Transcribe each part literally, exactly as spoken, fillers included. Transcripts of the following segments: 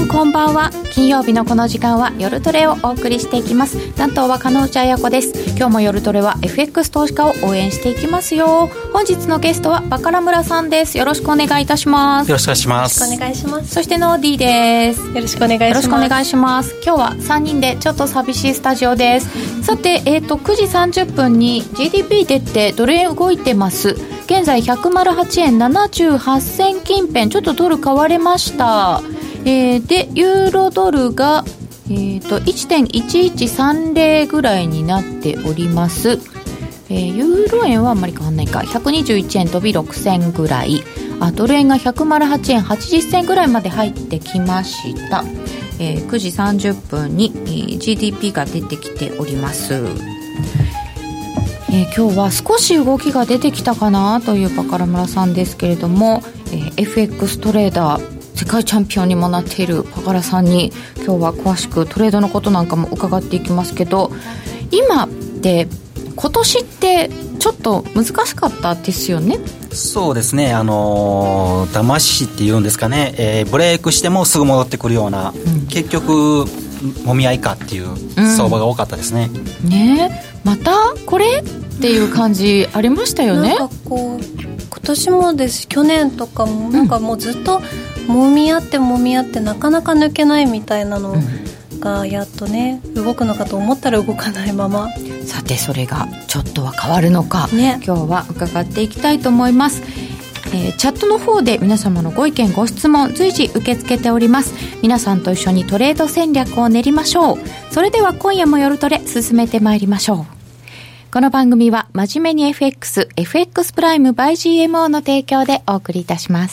こんばんは。金曜日のこの時間は夜トレをお送りしていきます。担当は金内彩子です。今日も夜トレは エフエックス 投資家を応援していきますよ。本日のゲストはバカラ村さんです。よろしくお願いいたします。 よろしくお願いします。 よろしくお願いします。 そしてノーディーです。 よろしくお願いします。 よろしくお願いします。今日はさんにんでちょっと寂しいスタジオです。さて、えーと、くじさんじゅっぷんに ジーディーピー 出てドル円動いてます。現在ひゃくはちえんななじゅうはち銭近辺、ちょっとドル買われました。えー、でユーロドルが、えー、と いちてんいちいちさんゼロ ぐらいになっております。えー、ユーロ円はあんまり変わんないか。ひゃくにじゅういちえん飛びろく銭ぐらい。あ、ドル円がひゃくはちえんはちじゅっ銭ぐらいまで入ってきました。えー、くじさんじゅっぷんに、えー、ジーディーピー が出てきております。えー、今日は少し動きが出てきたかなというバカラ村さんですけれども、えー、エフエックス トレーダー世界チャンピオンにもなっているバカラさんに今日は詳しくトレードのことなんかも伺っていきますけど、今って今年ってちょっと難しかったですよね。 そうですね、あのー、騙しっていうんですかね、えー、ブレイクしてもすぐ戻ってくるような、うん、結局もみ合いかっていう相場が多かったですね、 うん、ねえ、またこれっていう感じありましたよね。 なんかこう今年もですし去年とかもなんかもうずっともみ合ってもみ合ってなかなか抜けないみたいなのがやっとね動くのかと思ったら動かないまま。 さてそれがちょっとは変わるのか、 ね、 今日は伺っていきたいと思います。えー、チャットの方で皆様のご意見ご質問随時受け付けております。皆さんと一緒にトレード戦略を練りましょう。それでは今夜も夜トレ進めてまいりましょう。この番組は真面目に エフエックス エフエックス プライム by ジーエムオー の提供でお送りいたします。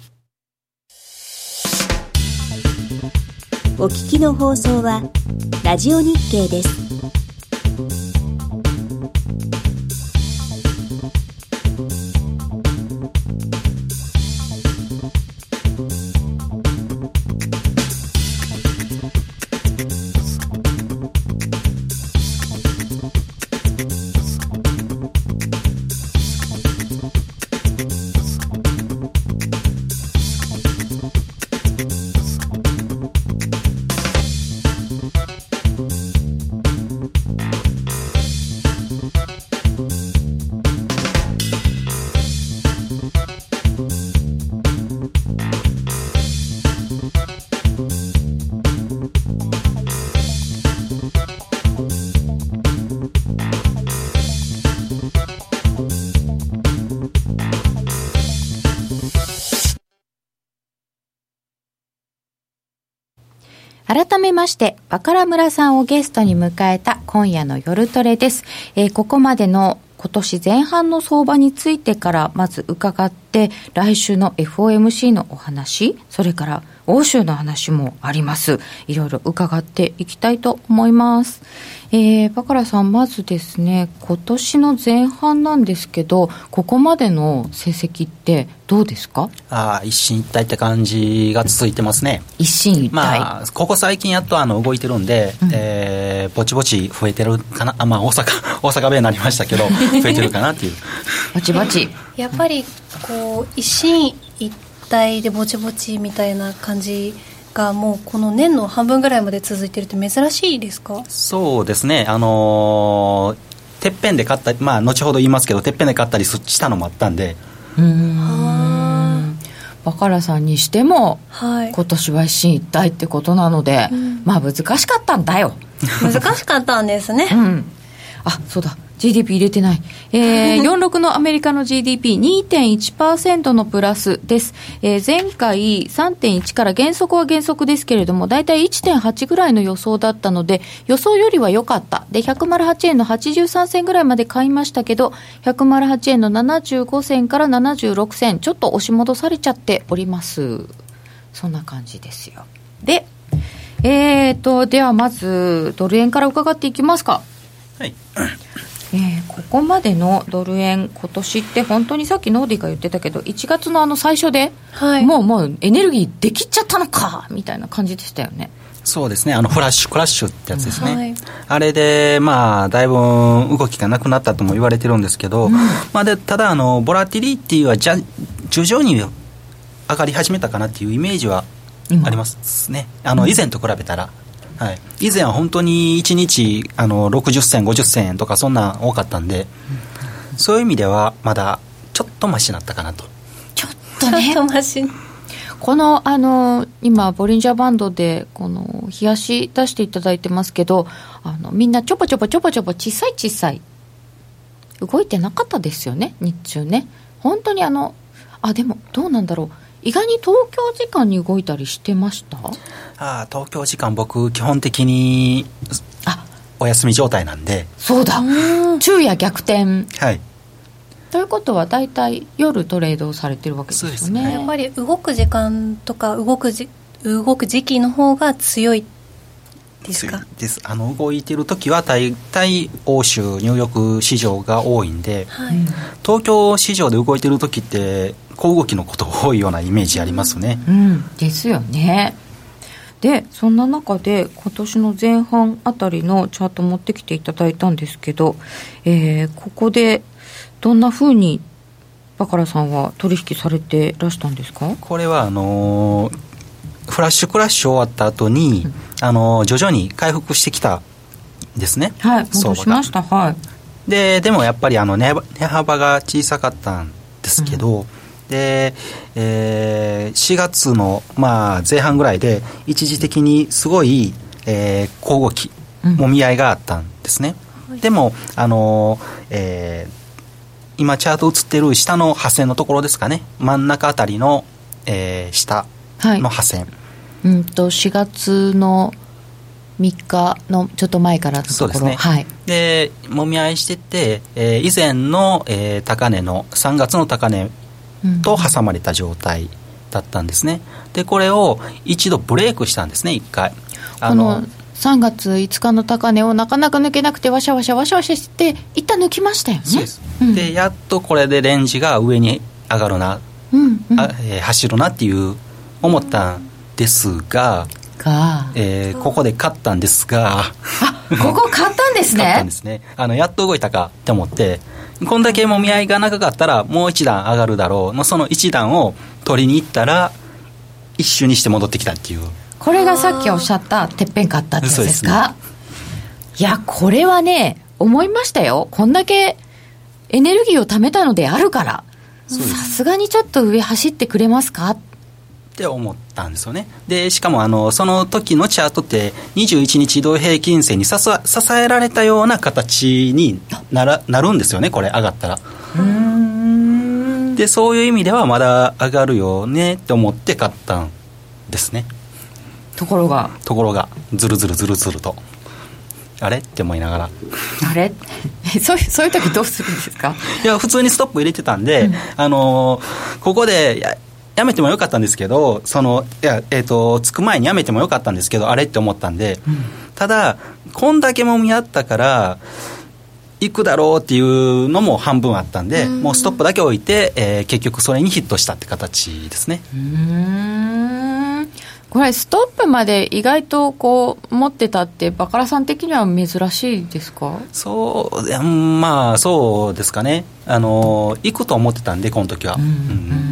お聞きの放送はラジオ日経です。 改めましてバカラ村さんをゲストに迎えた今夜の夜トレです。えー、ここまでの今年前半の相場についてからまず伺って、来週の エフオーエムシー のお話、それから欧州の話もあります。いろいろ伺っていきたいと思います。えー、バカラさん、まずですね、今年の前半なんですけど、ここまでの成績ってどうですか？ ああ、一進一退って感じが続いてますね。 一進一退、 まあ、ここ最近やっとあの動いてるんで、うん、えー、ぼちぼち増えてるかな。あ、まあ、大阪大阪弁になりましたけど増えてるかなっていうぼちぼちやっぱりこう一進一退でぼちぼちみたいな感じがもうこの年の半分ぐらいまで続いてるって珍しいですか？ そうですね、あのー、てっぺんで買った、まあ、後ほど言いますけどてっぺんで買ったりしたのもあったんで、 うーん、バカラさんにしても、はい、今年は一進一退ってことなので、うん、まあ難しかったんだよ。 難しかったんですね、 うん、あ、そうだ、ジーディーピー 入れてない、えー、よんじゅうろくのアメリカの ジーディーピーにてんいちパーセント のプラスです、えー、前回 さんてんいち から減速は減速ですけれどもだいたい いってんはち ぐらいの予想だったので予想よりは良かったでひゃくはちえんのはちじゅうさん銭ぐらいまで買いましたけどひゃくはちえんのななじゅうご銭からななじゅうろく銭ちょっと押し戻されちゃっております。そんな感じですよ。でえーとではまずドル円から伺っていきますか。 はい、 えー、ここまでのドル円今年って本当にさっきノーディが言ってたけどいちがつのあの最初で、はい、もうもうエネルギーできちゃったのかみたいな感じでしたよね。 そうですね、あのフラッシュクラッシュってやつですね、 はい、 あれでまあだいぶ動きがなくなったとも言われてるんですけど、うん、まあ、でただあのボラティリティはじゃ徐々に上がり始めたかなっていうイメージはありますね。あの以前と比べたら、はい、以前は本当にいちにちあのろくじゅっせんごじゅっせんえんとかそんな多かったんで、うん、そういう意味ではまだちょっとマシになったかなと。 ちょっとねちょっとマシ。 このあの今ボリンジャーバンドでこの冷やし出していただいてますけど、あのみんなちょぽちょぽちょぽちょぽ小さい小さい動いてなかったですよね、日中ね。本当にあのあでもどうなんだろう、意外に東京時間に動いたりしてました？ あ東京時間僕基本的にあお休み状態なんで。 そうだ、昼夜逆転、 はい、 ということはだいたい夜トレードをされてるわけですよ ね, そうですね。やっぱり動く時間とか動くじ動く時期の方が強いですか？ です。あの動いてる時は大体欧州ニューヨーク市場が多いんで、はい、東京市場で動いてる時って小動きのことが多いようなイメージありますね、 うんうん、ですよね。でそんな中で今年の前半あたりのチャート持ってきていただいたんですけど、えー、ここでどんな風にバカラさんは取引されてらしたんですか？ これはあのー、フラッシュクラッシュ終わった後に、うん、あのー、徐々に回復してきたんですね。 はい、戻しました。はい。 ででもやっぱりあの 値, 値幅が小さかったんですけど、うん、で、えー、しがつの、まあ、前半ぐらいで一時的にすごい、えー、小動き、もみ合いがあったんですね、うん、でもあのーえー今チャート映ってる下の破線のところですかね、真ん中あたりの、えー、下の破線、はい、 うんとしがつのみっかのちょっと前からのところ。 そうですね、はい、でもみ合いしてて、えー、以前の、えー、高値のさんがつの高値と挟まれた状態だったんですね。でこれを一度ブレイクしたんですね。一回あのこのさんがついつかの高値をなかなか抜けなくてワシャワシャワシャワシャして一旦抜きましたよね。 そうです、うん、でやっとこれでレンジが上に上がるな、うんうん、あえー、走るなっていう思ったんですが、がえー、ここで買ったんですがあここ買ったんですね。 買ったんですね。あのやっと動いたかって思って、こんだけもみ合いが長かったらもう一段上がるだろうのその一段を取りに行ったら一瞬にして戻ってきたっていう。 これがさっきおっしゃったてっぺん買ったってやつですか？ですね、いやこれはね思いましたよ。こんだけエネルギーを貯めたのであるからさすがにちょっと上走ってくれますかって思ったんですよね。でしかもあのその時のチャートってにじゅういちにち移動平均線に支えられたような形に な, らなるんですよね。これ上がったら。うーんでそういう意味ではまだ上がるよねって思って買ったんですね。 ところがところがずるずるずるずるとあれって思いながらあれそういうそういう時どうするんですか？ いや普通にストップ入れてたんで、うん、あのー、ここで や, やめてもよかったんですけど、そのいや、えーと、つく前にやめてもよかったんですけどあれって思ったんで、うん、ただこんだけもみ合ったから行くだろうっていうのも半分あったんで、うん、もうストップだけ置いて、えー、結局それにヒットしたって形ですね。 うーんこれストップまで意外とこう持ってたってバカラさん的には珍しいですか？ そうまあそうですかね。あの行くと思ってたんでこの時は、うんうん、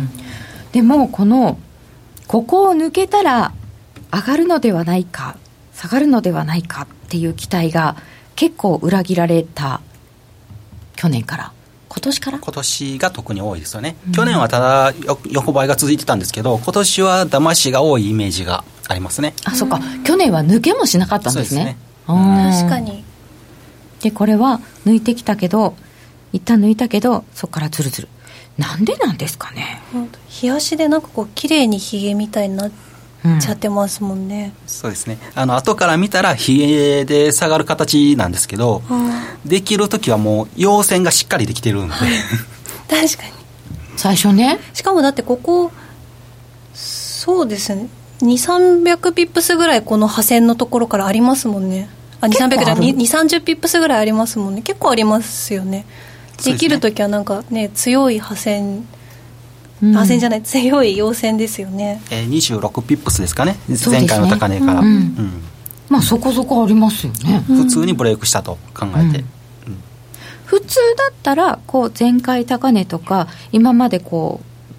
でもこのここを抜けたら上がるのではないか下がるのではないかっていう期待が結構裏切られた去年から今年から今年が特に多いですよね、うん、去年はただ横ばいが続いてたんですけど今年は騙しが多いイメージがありますね。 あ、そうか、去年は抜けもしなかったんですね。そうですね、 うん、確かに。 でこれは抜いてきたけど一旦抜いたけどそこからズルズルなんでなんですかね。 日足でなんかこう綺麗にヒゲみたいになっちゃってますもんね、 うん、そうですね。あの後から見たらヒゲで下がる形なんですけど、うん、できるときはもう陽線がしっかりできてるんで、はい、 確かに最初ね。しかもだってここそうですねにせんさんびゃくピップスぐらいこの破線のところからありますもんね。あにせんさんびゃくじゃにひゃくさんじゅうピップスぐらいありますもんね。結構ありますよね。できるときはなんかね強い破線破線じゃない強い陽線ですよね、 えー、にじゅうろくピップスですかね前回の高値から、うんうん、 まあそこそこありますよね、 うん、普通にブレイクしたと考えて、うんうん、 普通だったらこう前回高値とか今までこう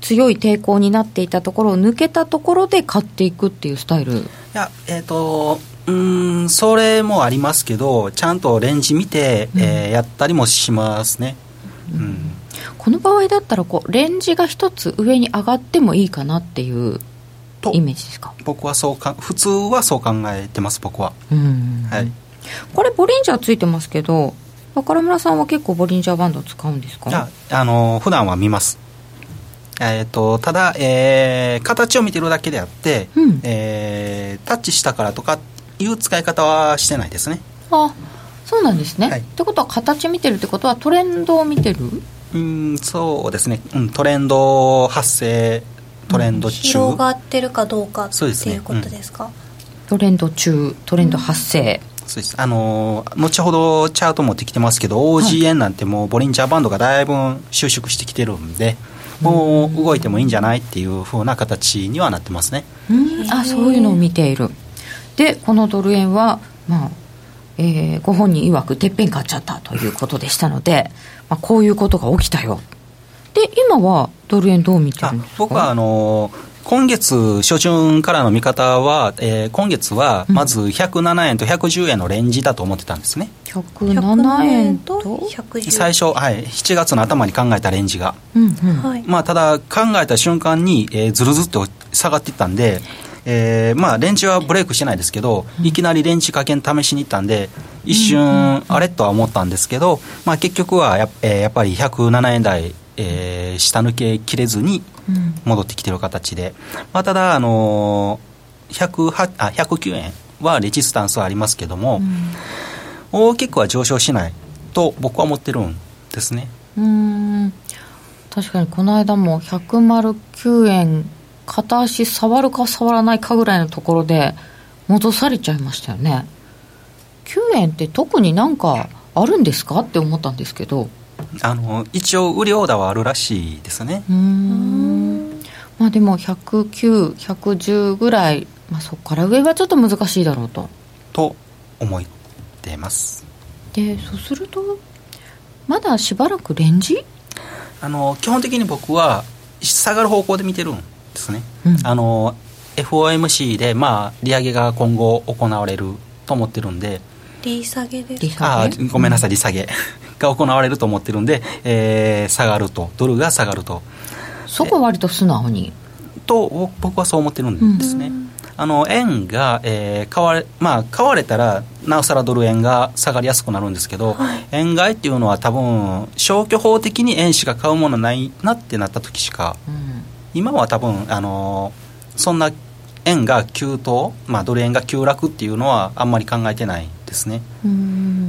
強い抵抗になっていたところを抜けたところで買っていくっていうスタイル。いや、えーとうーんそれもありますけど、ちゃんとレンジ見て、うんえー、やったりもしますね、うんうん、 この場合だったらこうレンジが一つ上に上がってもいいかなっていうイメージですか。 僕はそうか、普通はそう考えてます。僕は、 うんはい、 これボリンジャーついてますけど、若村さんは結構ボリンジャーバンド使うんですか？ あ、あの普段は見ます。えー、とただ、えー、形を見てるだけであって、うんえー、タッチしたからとかいう使い方はしてないですね。 あ、そうなんですね、 はい、 ってことは形見てるってことはトレンドを見てる？ うんそうですね、うん、トレンド発生トレンド中、うん、 広がってるかどうかってね、 いうことですか？うん、 トレンド中トレンド発生、 うん、そうです。あの後ほどチャート持ってきてますけど、 オージーエヌ なんてもうボリンジャーバンドがだいぶ収縮してきてるんで、もう動いてもいいんじゃないっていう風な形にはなってますね。 うん、あ、そういうのを見ている。でこのドル円は、まあえー、ご本人曰くてっぺん買っちゃったということでしたので、まあ、こういうことが起きたよ。で今はドル円どう見てるんですか？ 僕はあの今月初旬からの見方は、えー、今月はまずひゃくななえんとひゃくじゅうえんのレンジだと思ってたんですね。 ひゃくななえんとひゃくじゅうえん、 最初、はい、しちがつの頭に考えたレンジが、 うんうんはいまあ、ただ考えた瞬間に、えー、ずるずっと下がっていったんで、えーまあ、レンジはブレイクしてないですけど、うん、いきなりレンジ加減試しに行ったんで一瞬、うんうん、あれとは思ったんですけど、まあ、結局は や,、えー、やっぱりひゃくななえん台、えー、下抜けきれずに戻ってきてる形で、まあ、ただ、あのー、ひゃくはちあひゃくきゅうえんはレジスタンスはありますけども、うん、大きくは上昇しないと僕は思ってるんですね。 うーん、確かにこの間もひゃくきゅうえん片足触るか触らないかぐらいのところで戻されちゃいましたよね。きゅうえんって特になんかあるんですかって思ったんですけど、 あの一応売りオーダーはあるらしいですね。 うーん、まあ、でもひゃくきゅう、ひゃくじゅうぐらい、まあ、そこから上はちょっと難しいだろうとと思ってます。 でそうするとまだしばらくレンジ？ あの基本的に僕は下がる方向で見てるんですね、うん、あの エフオーエムシー で、まあ、利上げが今後行われると思ってるんで。 利下げですか？あ、ごめんなさい、利下げが行われると思ってるんで、えー、下がると、ドルが下がると、 そこは割と素直にと僕はそう思ってるんですね、うん、あの円が、えー買われまあ、買われたらなおさらドル円が下がりやすくなるんですけど、はい、円買いっていうのは多分消去法的に円しか買うものないなってなった時しか、うん、今は多分あのそんな円が急騰、まあ、ドル円が急落っていうのはあんまり考えてないですね。うん、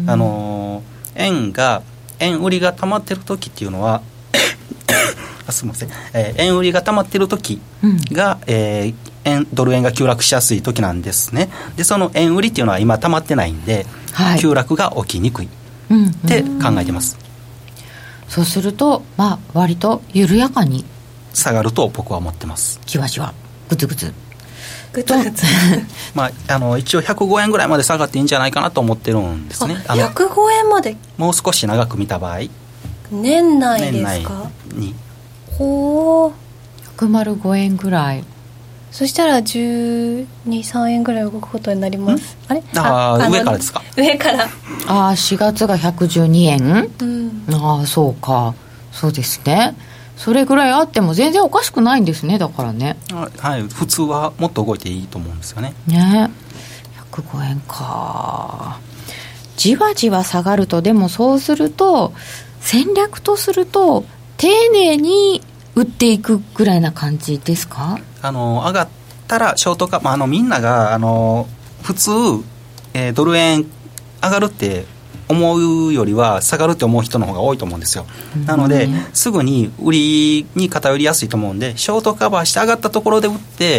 あの円が円売りが溜まってる時っていうのはあすみません、えー、円売りが溜まってる時が、うんえー、円ドル円が急落しやすい時なんですね。でその円売りっていうのは今溜まってないんで、はい、急落が起きにくいって考えてます、 うん、そうすると、まあ、割と緩やかに下がると僕は思ってます。 じわじわグツグツグツグツまあ、あの一応ひゃくごえんぐらいまで下がっていいんじゃないかなと思ってるんですね。 あのひゃくごえんまでもう少し長く見た場合年内ですか？ 年内にほうひゃくごえんぐらい、 そしたらじゅうに、さんえんぐらい動くことになります。あれああ上からですか？ 上からああしがつがひゃくじゅうにえん、 うん、 ああそうか、そうですね。それぐらいあっても全然おかしくないんですね。だからね、 はい、普通はもっと動いていいと思うんですよね。 ね、ひゃくごえんか。じわじわ下がると、でもそうすると戦略とすると丁寧に売っていくぐらいな感じですか？ あの上がったらショートカット、あのみんながあの普通、えー、ドル円上がるって思うよりは下がるって思う人の方が多いと思うんですよ。なのですぐに売りに偏りやすいと思うんで、ショートカバーして上がったところで売って、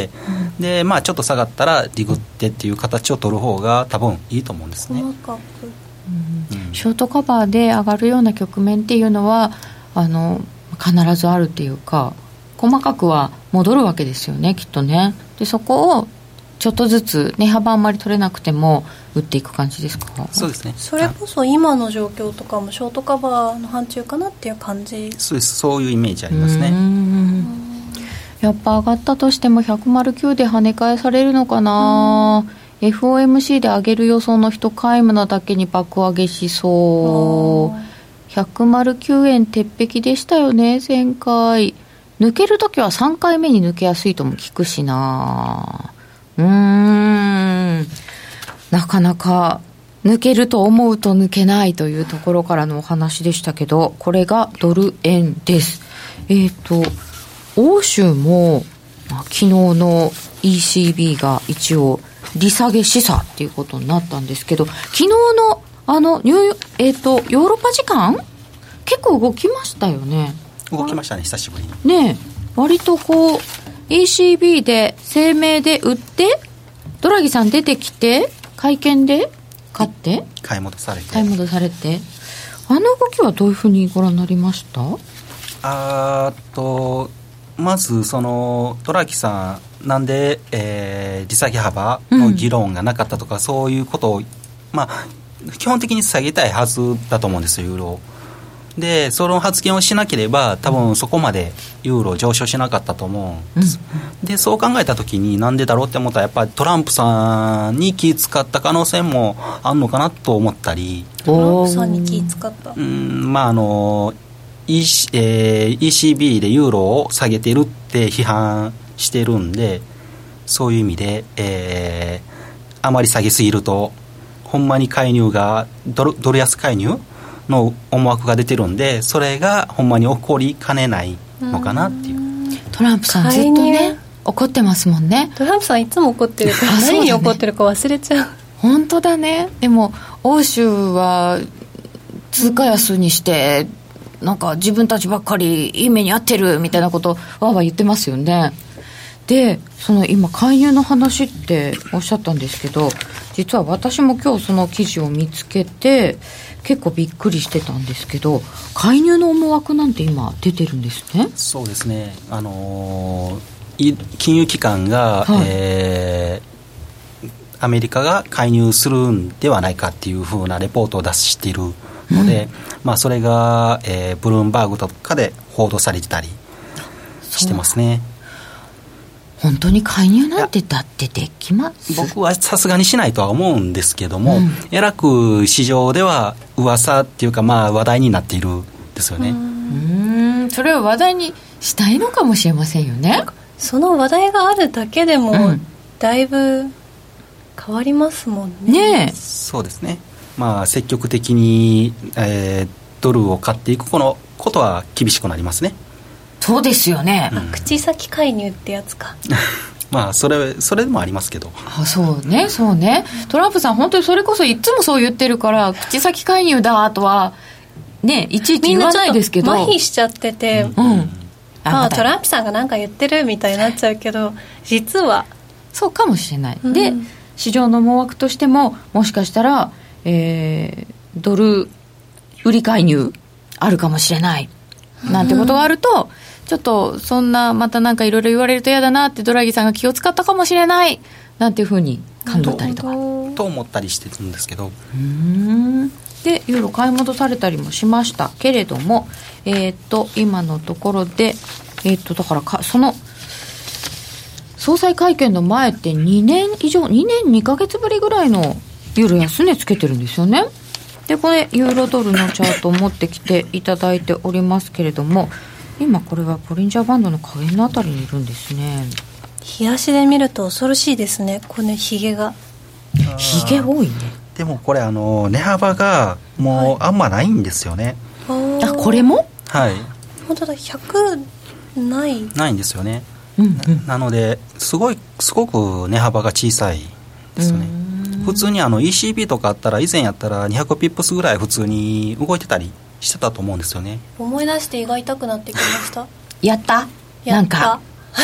うん、でまあちょっと下がったらリグってっていう形を取る方が多分いいと思うんですね。 うん、 ショートカバーで上がるような局面っていうのはあの必ずあるっていうか、細かくは戻るわけですよね、きっとね。でそこをちょっとずつ値幅あんまり取れなくても売っていく感じですか？ そうですね。 それこそ今の状況とかもショートカバーの範疇かなっていう感じ。 そうです、そういうイメージありますね。 うんやっぱ上がったとしてもひゃくきゅうで跳ね返されるのかな、うん、エフオーエムシー で上げる予想の人皆無なだけに爆上げしそう。ひゃくきゅうえん鉄壁でしたよね前回。抜けるときはさんかいめに抜けやすいとも聞くしな。うーん、なかなか抜けると思うと抜けないというところからのお話でしたけど、これがドル円です。えっと欧州も昨日の イーシービー が一応利下げ示唆っていうことになったんですけど、昨日のあのニュー、えー、とヨーロッパ時間結構動きましたよね。 動きましたね、久しぶりにね。割とこう イーシービー で声明で売ってドラギさん出てきて会見で買って買い戻されて買い戻されてあの動きはどういうふうにご覧になりました？ あーとまずそのドラギさんなんで、えー、利下げ幅の議論がなかったとか、うん、そういうことを、まあ、基本的に下げたいはずだと思うんですよユーロで。その発言をしなければ多分そこまでユーロ上昇しなかったと思うんです、うん、でそう考えた時になんでだろうって思ったらやっぱりトランプさんに気使った可能性もあんのかなと思ったり。 トランプさんに気使った、 うん、まああのイーシーえー、イーシービー でユーロを下げてるって批判してるんで、そういう意味で、えー、あまり下げすぎるとほんまに介入がドル、ドル安介入の思惑が出てるんで、それがほんまに起こりかねないのかなっていう。 トランプさんずっとね怒ってますもんね。 トランプさんいつも怒ってるから何に怒ってるか忘れちゃう。 本当だね。でも欧州は通貨安にして、うんなんか自分たちばっかりいい目に遭ってるみたいなことをわーわー言ってますよね。でその今介入の話っておっしゃったんですけど、実は私も今日その記事を見つけて結構びっくりしてたんですけど、介入の思惑なんて今出てるんですね。 そうですね、あのー、金融機関が、はいえー、アメリカが介入するんではないかっていうふうなレポートを出しているので、うんまあ、それが、えー、ブルームバーグとかで報道されてたりしてますね。 本当に介入なんてだってできます？ 僕はさすがにしないとは思うんですけども、うん、えらく市場では噂っていうか、まあ、話題になっているんですよね。うーんそれを話題にしたいのかもしれませんよね。 その話題があるだけでも、うん、だいぶ変わりますもんね。 ねえそうですね。まあ、積極的に、えー、ドルを買っていくこのことは厳しくなりますね。 そうですよね、 うん、口先介入ってやつかまあそれそれでもありますけど。 あそうねそうね。トランプさん本当にそれこそいつもそう言ってるから口先介入だとはねいちいち言わないですけど、 みんなちょっと麻痺しちゃってて、うん、うん、ああトランプさんがなんか言ってるみたいになっちゃうけど実はそうかもしれない、うん、で市場の思惑としてももしかしたらえー、ドル売り介入あるかもしれないなんてことがあると、うん、ちょっとそんなまたなんかいろいろ言われると嫌だなってドラギさんが気を使ったかもしれないなんていうふうに考えたりとかと思ったりしてるんですけど、 うーんでユーロ買い戻されたりもしましたけれども、えー、っと今のところで、えー、っとだからかその総裁会見の前ってにねん以上にねんにかげつぶりぐらいのユーロ安値つけてるんですよね。でこれユーロドルのチャートを持ってきていただいておりますけれども、今これはボリンジャーバンドの下限のあたりにいるんですね。 日足で見ると恐ろしいですね。このヒゲがヒゲ多いね。 でもこれあの値幅がもうあんまないんですよね、 はい、あこれもはい本当だひゃくないないんですよね、 うんうん、 な, なのですごいすごく値幅が小さいですよね。普通にあの イーシービー とかあったら以前やったらにひゃくピップスぐらい普通に動いてたりしてたと思うんですよね。 思い出して胃が痛くなってきましたやったやったなんか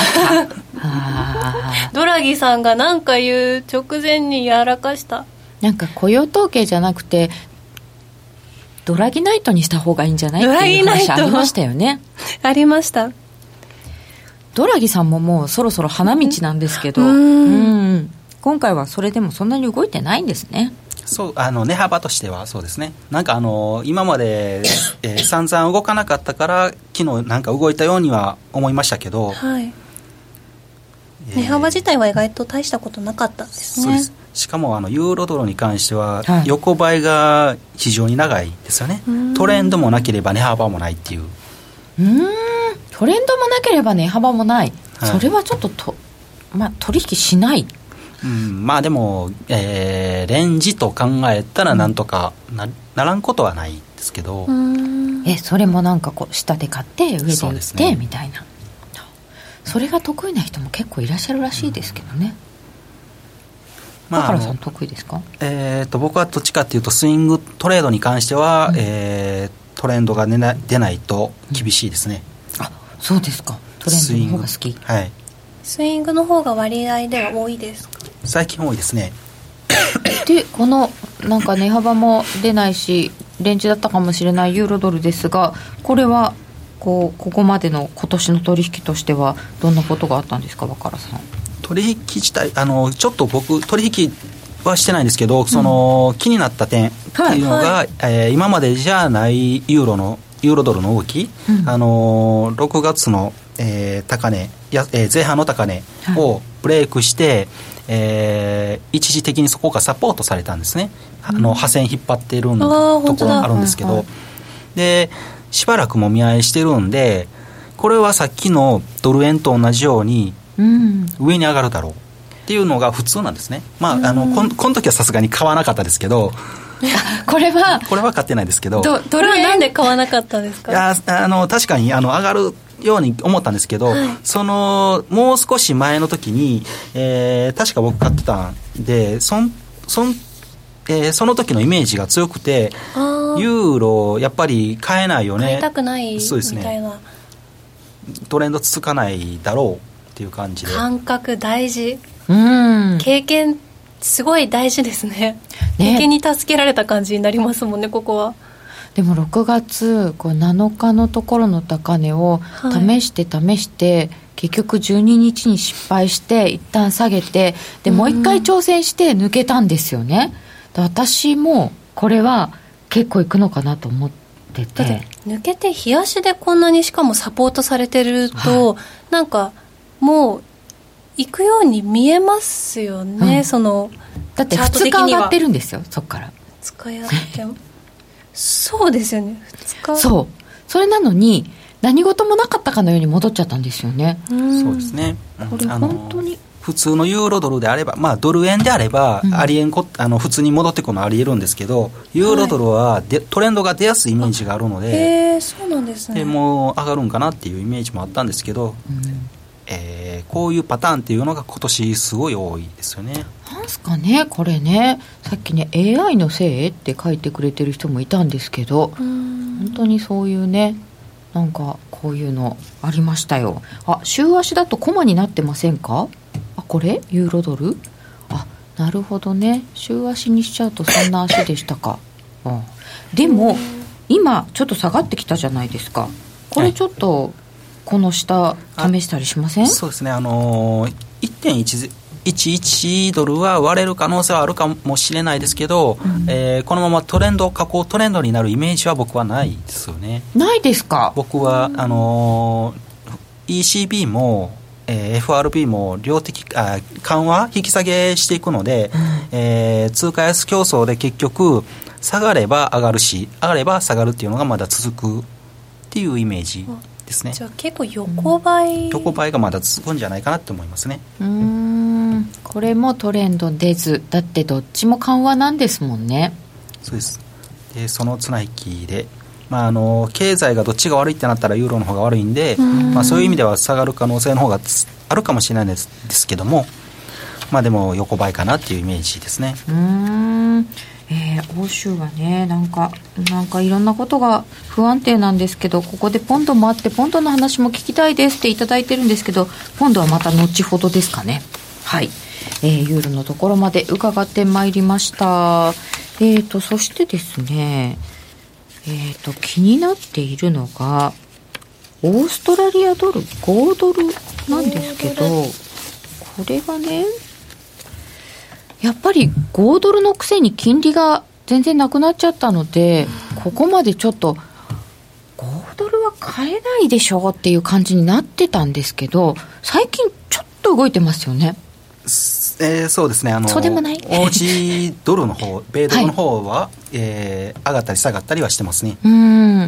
ドラギさんが何か言う直前にやらかした。 なんか雇用統計じゃなくてドラギナイトにした方がいいんじゃないっていう話ありましたよね。 ありました。 ドラギさんももうそろそろ花道なんですけど、うんうん今回はそれでもそんなに動いてないんですね。 そうあの値幅としてはそうですね。なんかあの今まで、えー、散々動かなかったから昨日なんか動いたようには思いましたけど、 はい、 値幅自体は意外と大したことなかったんですね。 そうです。しかもあのユーロドルに関しては横ばいが非常に長いですよね、はい、トレンドもなければ値幅もないっていう。 うーん、トレンドもなければ値幅もない、はい、それはちょっとと、まあ、取引しない、 うん、まあでも、えー、レンジと考えたらなんとか な, ならんことはないですけど、 うーん、えそれもなんかこう下で買って上で売って、ね、みたいな、それが得意な人も結構いらっしゃるらしいですけどね、うん、まあ、原さん得意ですか？ えー、と僕はどっちかっていうとスイングトレードに関しては、うん、えー、トレンドが出ない、出ないと厳しいですね、 うん、あ、そうですか。トレンドの方が好き。 はい、 スイングの方が割合では多いですか？ 最近多いですね。 でこのなんか値幅も出ないしレンジだったかもしれないユーロドルですが、これはこうここまでの今年の取引としてはどんなことがあったんですか、若原さん。 取引自体あのちょっと僕取引はしてないんですけど、その、うん、気になった点っていうのが、はいはい、えー、今までじゃないユーロのユーロドルの動き、うん、あのろくがつの、えー、高値や、えー、前半の高値をブレイクして、はい、えー、一時的にそこがサポートされたんですね、うん、あの破線引っ張っているところがあるんですけど、はいはい、でしばらくもみ合いしてるんで、これはさっきのドル円と同じように上に上がるだろうっていうのが普通なんですね。まあ、あの こ, この時はさすがに買わなかったですけどこれはこれは買ってないですけど、 ド, ドルはなんで買わなかったんですか？ いや、あの確かにあの上がるように思ったんですけど、はい、そのもう少し前の時に、えー、確か僕買ってたんで、そんそんえー、その時のイメージが強くて、ユーロやっぱり買えないよね、 買いたくないみたいな、 そうですね、トレンド続かないだろうっていう感じで。 感覚大事、うん、経験すごい大事ですね。経験に助けられた感じになりますもんね、ここは。 でもろくがつこうなのかのところの高値を試して試して、はい、結局じゅうににちに失敗して一旦下げて、でもう一回挑戦して抜けたんですよね。で私もこれは結構いくのかなと思ってて、だって抜けて日足でこんなにしかもサポートされてると、はい、なんかもう行くように見えますよね、うん、そのだってふつか上がってるんですよ、そっからふつかやってそうですよね、ふつか、 そうそれなのに何事もなかったかのように戻っちゃったんですよね。 うん、そうですね、 これ本当に普通のユーロドルであれば、まあ、ドル円であれば、うん、ありえんこあの普通に戻ってくるのはありえるんですけど、ユーロドルはで、はい、トレンドが出やすいイメージがあるので、 へー、そうなんですね。 でもう上がるんかなっていうイメージもあったんですけど、うん、えー、こういうパターンっていうのが今年すごい多いですよね。 なんすかねこれね、さっきね エーアイ のせいって書いてくれてる人もいたんですけど、本当にそういうね、なんかこういうのありましたよ。あ、週足だとコマになってませんか？あ、これユーロドル、あ、なるほどね、週足にしちゃうとそんな足でしたか。あ、でも今ちょっと下がってきたじゃないですか。これちょっとこの下試したりしません？ そうですね、あのー、いってんいちいちいち ドルは割れる可能性はあるかもしれないですけど、うん、えー、このままトレンド下降トレンドになるイメージは僕はないですよね。 ないですか？ 僕はあのー、イーシービー も、えー、エフアールビー も量的あ緩和引き下げしていくので、うん、えー、通貨安競争で結局下がれば上がるし上がれば下がるっていうのがまだ続くっていうイメージですね。 じゃあ結構横ばい、 うん、横ばいがまだ続くんじゃないかなって思いますね。 うーん、これもトレンド出ず、だってどっちも緩和なんですもんね。 そうです。でその綱引きで、まあ、あの経済がどっちが悪いってなったらユーロの方が悪いんで、ん、まあ、そういう意味では下がる可能性の方があるかもしれないです、ですけども、まあ、でも横ばいかなっていうイメージですね。 うーん、えー、欧州はね、なんかなんかいろんなことが不安定なんですけど、ここでポンドもあって、ポンドの話も聞きたいですっていただいてるんですけど、ポンドはまた後ほどですかね。はい、えー、ユーロのところまで伺ってまいりました。えーとそしてですね、えーと気になっているのがオーストラリアドルごドルなんですけど、これがね、やっぱりごドルのくせに金利が全然なくなっちゃったので、ここまでちょっとごドルは買えないでしょうっていう感じになってたんですけど、最近ちょっと動いてますよね。 えー、そうですね、あのそうでもないオージー ドルの方米ドルの方は、はい、えー、上がったり下がったりはしてますね。 うん、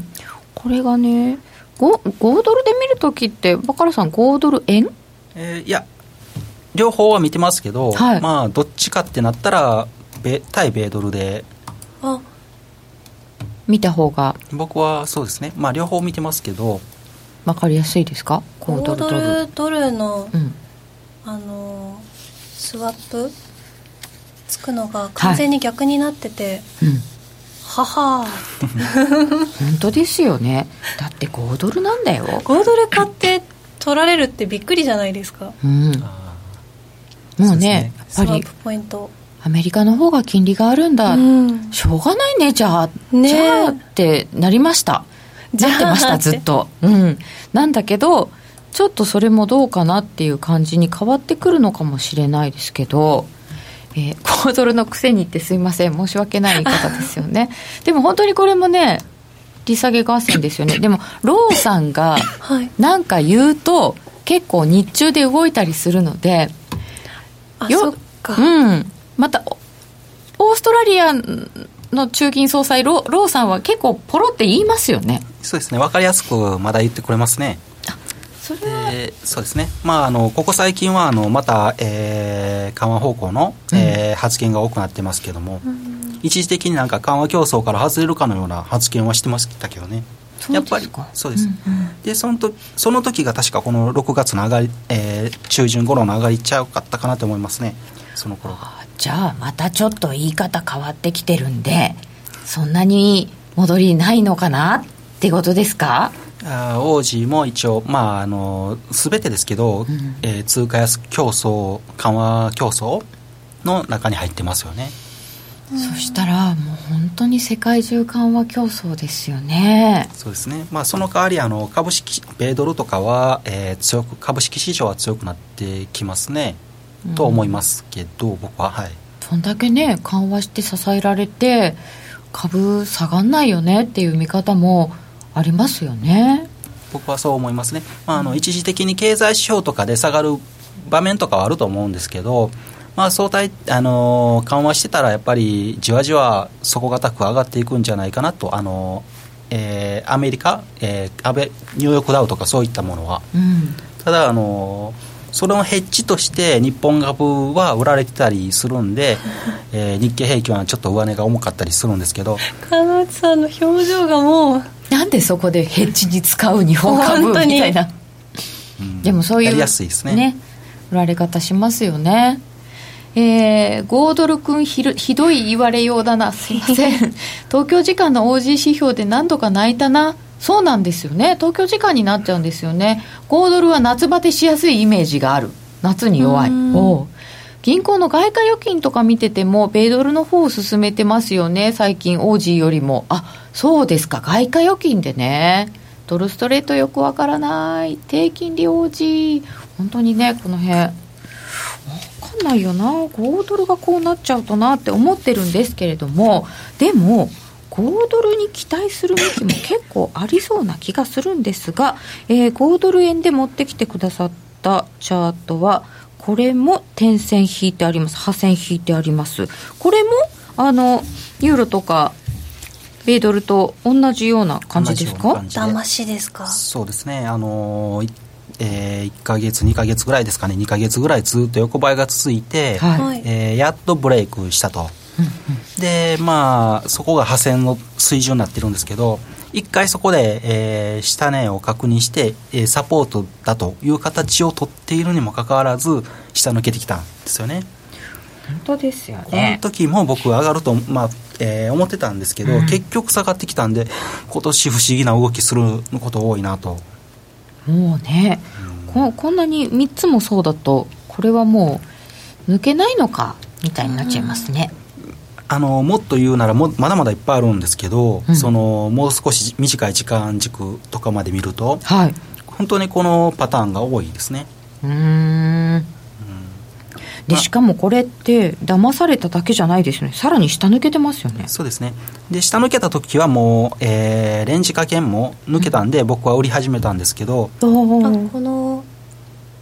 これがね 5, 5ドルで見るときってバカラさんごドル円、 えー、いや両方は見てますけど、はい、まあどっちかってなったら米対米ドルであ見た方が僕はそうですね、まあ両方見てますけど分かりやすいですか。ごドルドルごドルドルの、 うん、あのスワップつくのが完全に逆になってて、はい、うん、はは本当ですよね。だってごドルなんだよ。 ごドル買って取られるってびっくりじゃないですか。 うん、もうね、やっぱりスワップポイントアメリカの方が金利があるんだ、うん、しょうがないねじゃあ、ね、じゃあってなりました。なってましたずっと、うん、なんだけどちょっとそれもどうかなっていう感じに変わってくるのかもしれないですけど、えー、ごドルのくせにってすいません申し訳ない言い方ですよねでも本当にこれもね利下げ合戦ですよね。でもローさんがなんか言うと結構日中で動いたりするので、 あ、そっか、 うん、またオーストラリアの中銀総裁 ロ, ローさんは結構ポロって言いますよね。 そうですね、分かりやすくまだ言ってくれますね。 あ、それは、 えー、そうですね、まあ、あのここ最近はあのまた、えー、緩和方向の、うん、えー、発言が多くなってますけども、うん、一時的になんか緩和競争から外れるかのような発言はしてましたけどね。やっぱりそうです、うんうん、でそのとその時が確かこのろくがつの上がり、えー、中旬頃の上がりちゃうかったかなと思いますね。その頃がじゃあまたちょっと言い方変わってきてるんでそんなに戻りないのかなってことですか。 あオージーも一応、まあ、あの全てですけど、うん、えー、通貨安競争緩和競争の中に入ってますよね。 そしたらもう本当に世界中緩和競争ですよね。 そうですね、まあ、その代わりあの株式米ドルとかは、えー、強く株式市場は強くなってきますね、うん、と思いますけど僕は、はい、 そんだけね緩和して支えられて株下がんないよねっていう見方もありますよね。 僕はそう思いますね、まあ、あの一時的に経済指標とかで下がる場面とかはあると思うんですけど、まあ、相対、あのー、緩和してたらやっぱりじわじわ底堅く上がっていくんじゃないかなと、あのーえー、アメリカ、えー、アベニューヨークダウとかそういったものは、うん、ただ、あのーそのヘッジとして日本株は売られてたりするんで、えー、日経平均はちょっと上値が重かったりするんですけど、 金内さんの表情がもうなんでそこでヘッジに使う日本株みたいな、うん、でもそういう、 やりやすいですね、 ね、売られ方しますよね。えー、ごドル君 ひ, ひどい言われようだな、すいません東京時間の オージー 指標で何度か泣いたな。そうなんですよね、東京時間になっちゃうんですよね。ごドルは夏バテしやすいイメージがある、夏に弱い。お銀行の外貨預金とか見てても米ドルの方を進めてますよね最近 オージー よりも。あ、そうですか、外貨預金でね。ドルストレートよくわからない、低金利 オージー、 本当にねこの辺わかんないよな。ごドルがこうなっちゃうとなって思ってるんですけれども、でもごドルに期待する向きも結構ありそうな気がするんですが、えー、ごドル円で持ってきてくださったチャートはこれも点線引いてあります、破線引いてあります。これもあのユーロとか米ドルと同じような感じですか。 騙しですか。 そうですね、あのーえー、いっかげつにかげつぐらいですかね、にかげつぐらいずっと横ばいが続いて、はい、えー、やっとブレイクしたと。でまあそこが破線の水準になってるんですけど、一回そこで、えー、下値を確認して、えー、サポートだという形を取っているにもかかわらず下抜けてきたんですよね。 本当ですよね。 この時も僕上がると、まあえー、思ってたんですけど、うん、結局下がってきたんで今年不思議な動きすること多いなと。 もうね、うん、こ, こんなにみっつもそうだとこれはもう抜けないのかみたいになっちゃいますね。 あのもっと言うならもまだまだいっぱいあるんですけど、うん、そのもう少し短い時間軸とかまで見ると、はい、本当にこのパターンが多いですね。 うーん、うん、でしかもこれって騙されただけじゃないですね、さらに下抜けてますよね。 そうですね。で下抜けた時はもう、えー、レンジ加減も抜けたんで、うん、僕は売り始めたんですけど、 あこの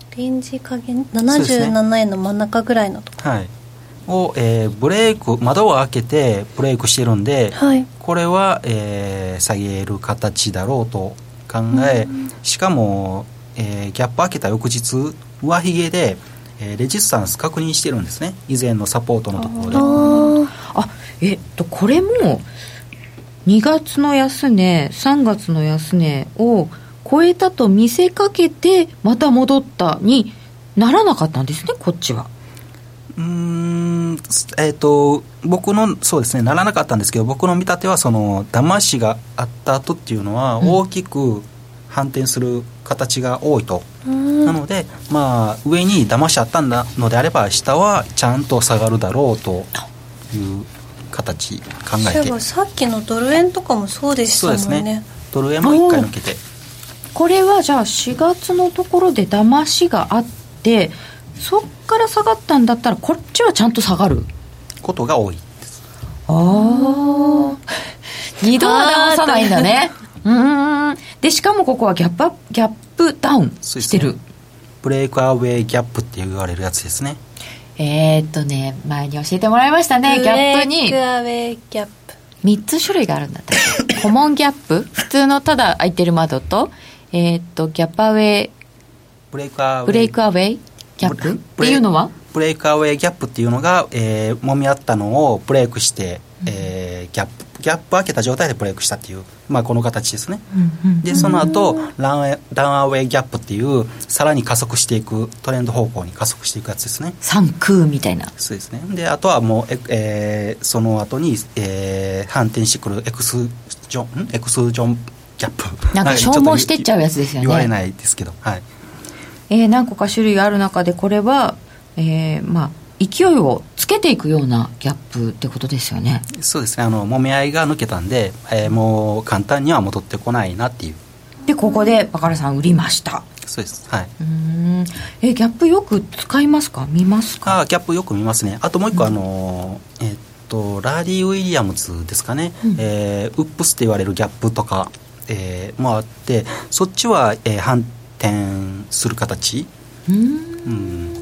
レンジ加減ななじゅうななえんの真ん中ぐらいのところ、 はい、を、えー、ブレーク窓を開けてブレークしてるんで、 はい、 これは、えー、下げる形だろうと考え、しかも、えー、ギャップ開けた翌日上髭で、えー、レジスタンス確認してるんですね、以前のサポートのところで。 あ、えっとこれもにがつの安値さんがつの安値を超えたと見せかけてまた戻ったにならなかったんですね、こっちは。 うーん、えーと僕のそうですね、ならなかったんですけど、僕の見立てはその騙しがあった後っていうのは大きく反転する形が多いと、うん、なので、まあ、上に騙しあったんだのであれば下はちゃんと下がるだろうという形考えて。 そういえばさっきのドル円とかもそうでしたもんね。 そうですね、ドル円もいっかい抜けて、 これはじゃあしがつのところで騙しがあってそっから下がったんだったらこっちはちゃんと下がることが多いです。 ああ、二度は騙さないんだね。うーん、でしかもここはギャップアップ、ギャップダウンしてる、ね、 ブレイクアウェイギャップって言われるやつですね。 えーっとね前に教えてもらいましたね。ギャップにブレイクアウェイギャップみっつ種類があるんだってコモンギャップ、普通のただ開いてる窓と、えーっとギャップアウェイブレイクアウェイブレイクアウェイギャップっていうのは、 ブレイクアウェイギャップっていうのが、えー、揉み合ったのをブレイクして、えー、ギャップギャップ開けた状態でブレイクしたっていう、まあ、この形ですね、うんうん、でその後ラン、ランアウェイギャップっていうさらに加速していくトレンド方向に加速していくやつですね。 三空みたいな。 そうですね。であとはもう、ええー、その後に、えー、反転してくるエクスジョンエクスジョンギャップなんか消耗してっちゃうやつですよね。 言われないですけど、はい、 えー、何個か種類がある中でこれは、えー、まあ勢いをつけていくようなギャップってことですよね。 そうですね、あの揉み合いが抜けたんで、えー、もう簡単には戻ってこないなっていう。 でここでバカラさん売りました。 そうです、はい。 うーん、えギャップよく使いますか、見ますか。 あギャップよく見ますね。あともう一個、うん、あのえー、っとラリー・ウィリアムズですかね、うん、えー、ウップスって言われるギャップとか、えー、もあって、そっちは、えー、反転する形うん、うん、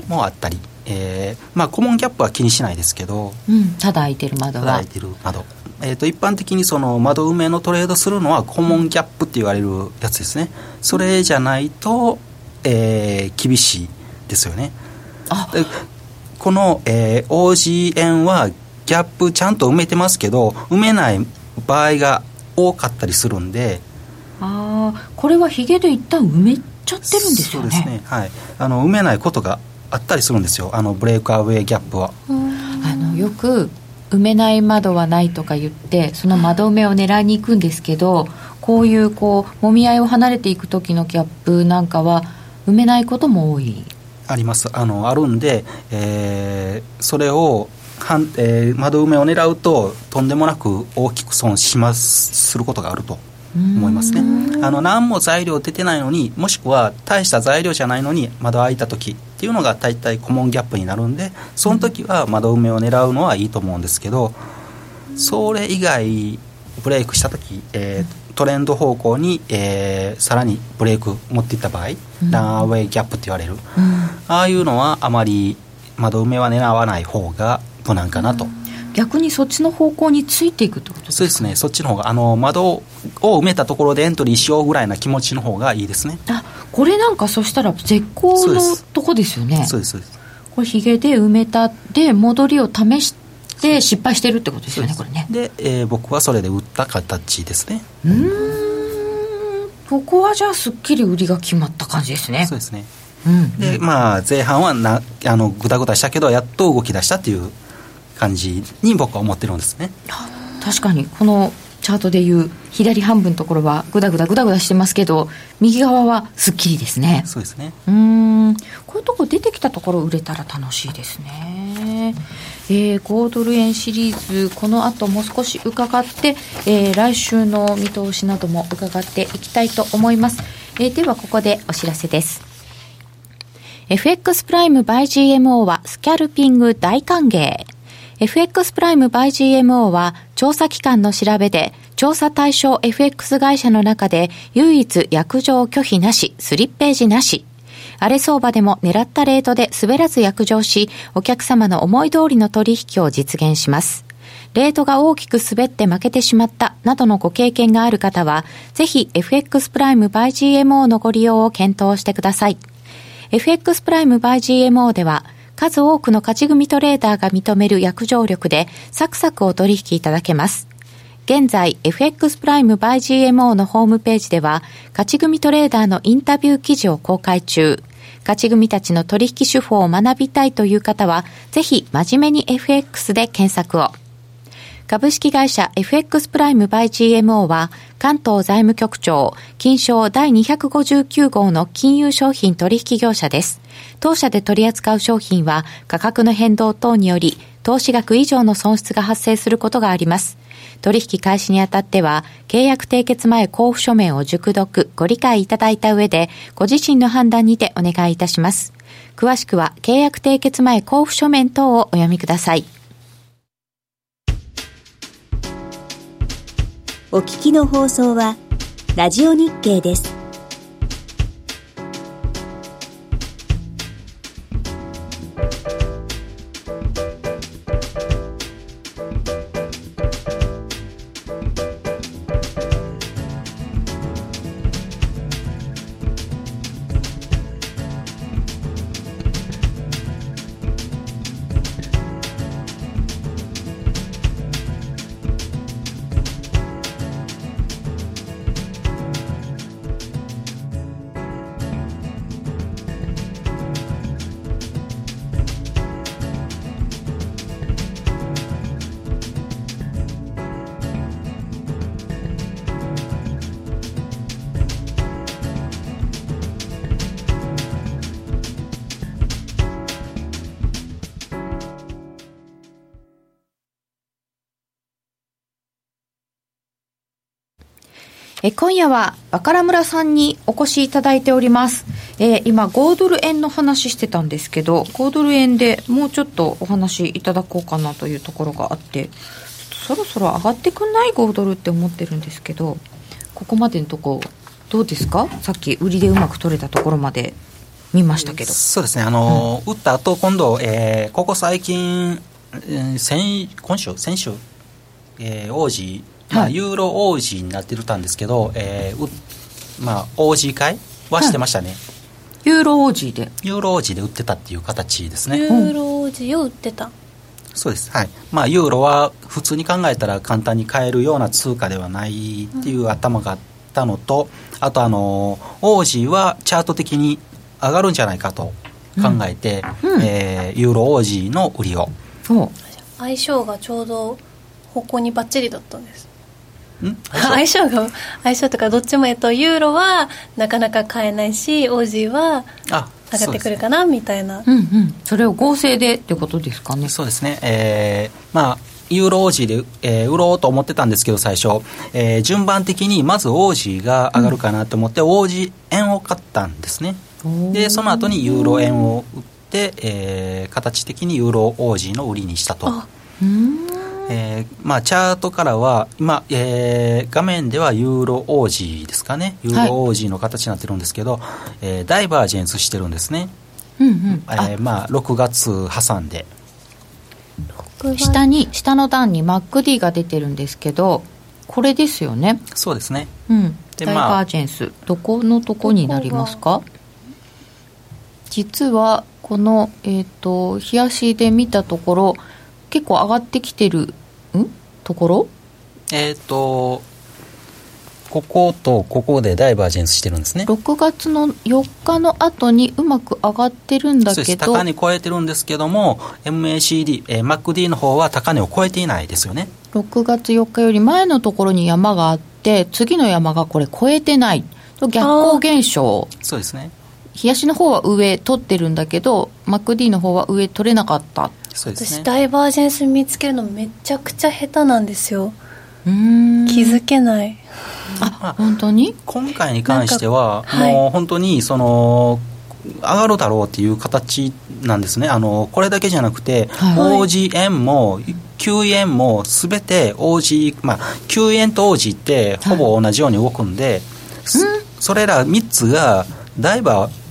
もあったり、えーまあ、コモンギャップは気にしないですけど、 うん、ただ開いてる窓はただ開いてる窓、えー、と一般的にその窓埋めのトレードするのはコモンギャップって言われるやつですね。それじゃないと、えー、厳しいですよね。あでこの、えー、オージー 円はギャップちゃんと埋めてますけど埋めない場合が多かったりするんで、 あこれはヒゲで一旦埋めちゃってるんですよね。 そうですね、はい、あの埋めないことがあったりするんですよ、あのブレイクアウェイギャップは。 あのよく埋めない窓はないとか言ってその窓埋めを狙いに行くんですけど、こういうこうもみ合いを離れていく時のギャップなんかは埋めないことも多い。 あります、あのあるんで、えー、それをはん、えー、窓埋めを狙うととんでもなく大きく損しますすることがあると思いますね。あの何も材料出てないのに、もしくは大した材料じゃないのに窓開いた時っていうのが大体コモンギャップになるんで、その時は窓埋めを狙うのはいいと思うんですけど、それ以外ブレイクした時、えー、トレンド方向に、えー、さらにブレイク持っていった場合、うん、ランアウェイギャップって言われる、うん、ああいうのはあまり窓埋めは狙わない方が無難かなと、うん、 逆にそっちの方向についていくってことですか。 そうですね、そっちの方があの窓を埋めたところでエントリーしようぐらいな気持ちの方がいいですね。 あこれなんかそしたら絶好のとこですよね。 そうですそうです。 これヒゲで埋めたで戻りを試して失敗してるってことですよね。これねで、えー、僕はそれで売った形ですね。 うーん、ここはじゃあすっきり売りが決まった感じですね。 そうですね、 うん、 でまあ前半はなあのグダグダしたけどやっと動き出したっていう感じに僕は思ってるんですね。 確かにこのチャートでいう左半分のところはグダグダグダグダしてますけど右側はすっきりですね。 そうですね。 うーん、こういうとこ出てきたところ売れたら楽しいですね。えー、ごドル円シリーズこの後もう少し伺って、えー、来週の見通しなども伺っていきたいと思います。えー、ではここでお知らせです。 エフエックス プライム by ジーエムオー はスキャルピング大歓迎。エフエックス プライム by ジーエムオー は調査機関の調べで調査対象 エフエックス 会社の中で唯一約定拒否なし、スリッページなし。 荒れ相場でも狙ったレートで滑らず約定し、お客様の思い通りの取引を実現します。レートが大きく滑って負けてしまったなどのご経験がある方は、ぜひ エフエックス プライム by ジーエムオー のご利用を検討してください。エフエックス プライム by ジーエムオー では、数多くの勝ち組トレーダーが認める約定力でサクサクお取引いただけます。現在 エフエックス プライム by ジーエムオー のホームページでは、勝ち組トレーダーのインタビュー記事を公開中。勝ち組たちの取引手法を学びたいという方は、ぜひ真面目に エフエックス で検索を。株式会社 エフエックス プライム by ジーエムオー は、関東財務局長、金商だいにひゃくごじゅうきゅう号の金融商品取引業者です。当社で取り扱う商品は、価格の変動等により、投資額以上の損失が発生することがあります。取引開始にあたっては、契約締結前交付書面を熟読、ご理解いただいた上で、ご自身の判断にてお願いいたします。詳しくは、契約締結前交付書面等をお読みください。 お聞きの放送は、ラジオ日経です。 え今夜は若良村さんにお越しいただいております。えー、今ごドル円の話してたんですけど、ごドル円でもうちょっとお話いただこうかなというところがあって、そろそろ上がってくんないごドルって思ってるんですけど、ここまでのとこどうですか？さっき売りでうまく取れたところまで見ましたけど。 そうですね、あの、うん、打った後今度、えー、ここ最近、えー、先今週先週、えー、オージーまあ、ユーロオージーになってたんですけど、えーうまあ、オージー買いはしてましたね、 うん、ユーロオージーでユーロオージーで売ってたっていう形ですね。 ユーロオージーを売ってた、 そうです、はい。まあ、ユーロは普通に考えたら簡単に買えるような通貨ではないっていう頭があったのと、あとあのオージーはチャート的に上がるんじゃないかと考えて、うんうんえー、ユーロオージーの売りを、 相性がちょうど方向にバッチリだったんです。 ん相性が相性とかどっちも、えっと、ユーロはなかなか買えないし、オージーは上がってくるかなみたいな、 うんうん、それを合成でってことですかね。 そうですね、えー、まあユーロオージーで、えー、売ろうと思ってたんですけど最初、えー、順番的にまずオージーが上がるかなと思って、うん、オージー円を買ったんですね。でその後にユーロ円を売って、えー、形的にユーロオージーの売りにしたと。 うんえーまあ、チャートからは今、えー、画面ではユーロオージーですかね、ユーロオージーの形になってるんですけど、はいえー、ダイバージェンスしてるんですね、 うんうんえーまあ、ろくがつ挟んで下に下の段に マックディー が出てるんですけど、これですよね。 そうですね、 うん、でダイバージェンス、まあ、どこのとこになりますか？実はこの、えーと、日足で見たところ結構上がってきてるんところ、 えっ、ー、とこことここでダイバージェンスしてるんですね。 ろくがつのよっかの後にうまく上がってるんだけど、そうです、 高値超えてるんですけども エムエーシーディー、えー、マックディー の方は高値を超えていないですよね。 ろくがつよっかより前のところに山があって、次の山がこれ超えてないと逆行現象。 そうですね、 日足の方は上取ってるんだけど マックディー の方は上取れなかった。 そうですね、 私ダイバージェンス見つけるのめちゃくちゃ下手なんですよ。 うーん気づけない。 あ、まあ、本当に今回に関してはもう本当にその上がるだろうっていう形なんですね。あのこれだけじゃなくて、はい、オージーエム も キューエム も全て オージー、まあ、キューエム と オージー ってほぼ同じように動くんで、はい、それらみっつがダイバー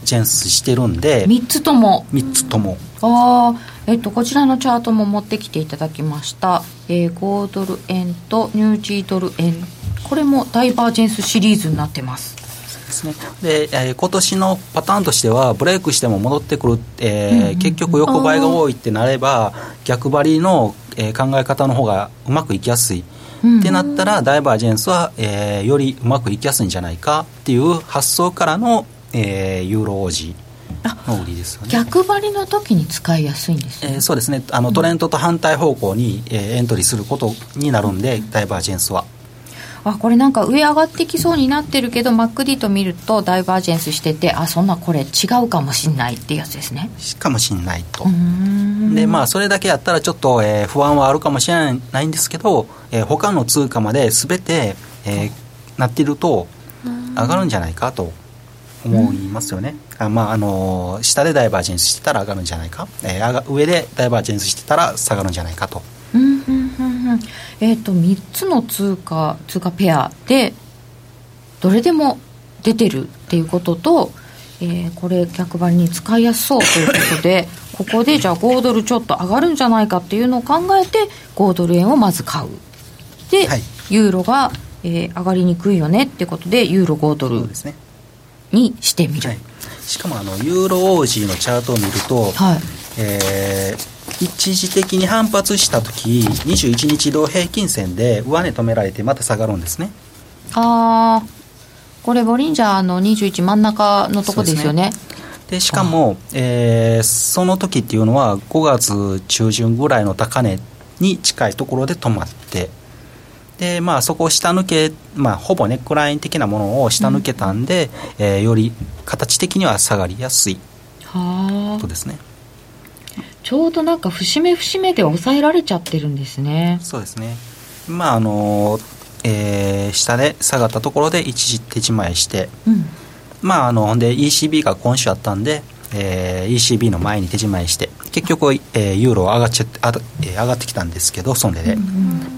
ジェンスしてるんで、 みっつともみっつともあ、えっと、こちらのチャートも持ってきていただきました、えー、ごドル円とニュージードル円、これもダイバージェンスシリーズになってます。 ですね。で、えー、今年のパターンとしてはブレイクしても戻ってくる、えーうんうん、結局横ばいが多いってなれば逆張りの、えー、考え方の方がうまくいきやすい、うん、ってなったらダイバージェンスは、えー、よりうまくいきやすいんじゃないかっていう発想からの、えー、ユーロオージーの売りですよね。 逆張りの時に使いやすいんですね。 えー、そうですね。あのトレンドと反対方向に、えー、エントリーすることになるんで、ダイバージェンスはあ、これなんか上上がってきそうになってるけど マックディー と見るとダイバージェンスしてて、あ、そんなこれ違うかもしんないっていうやつですね。 かもしんないと。で、まあそれだけやったらちょっと、えー、不安はあるかもしれないんですけど、えー、他の通貨まで全て、えー、なっていると上がるんじゃないかと思いますよね。あ、まああのー、下でダイバージェンスしてたら上がるんじゃないか、えー、上でダイバージェンスしてたら下がるんじゃないかと。 うんうんうんうん、えーと、みっつの通貨通貨ペアでどれでも出てるっていうことと、えー、これ逆張りに使いやすそうということでここでじゃあごドルちょっと上がるんじゃないかっていうのを考えてごドル円をまず買うで、はい、ユーロが、えー、上がりにくいよねってことでユーロごドルにしてみる、はい、 しかもあのユーロオージーのチャートを見ると、はい、えー一時的に反発したときにじゅういちにち移動平均線で上値止められてまた下がるんですね。 あー、これボリンジャーのにじゅういち真ん中のとこですよね。 でしかも、えー、その時っていうのはごがつ中旬ぐらいの高値に近いところで止まって、で、まあ、そこを下抜け、まあ、ほぼネックライン的なものを下抜けたんで、うん、えー、より形的には下がりやすいことですね。 ちょうどなんか節目節目で抑えられちゃってるんですね。 そうですね。まああの、えー、下で下がったところで一時手仕舞いして、うん、まああのほんで イーシービー が今週あったんで、えー、イーシービー の前に手仕舞いして結局、えー、ユーロ上がっちゃってあ、えー、上がってきたんですけど、そんでで、うんうん、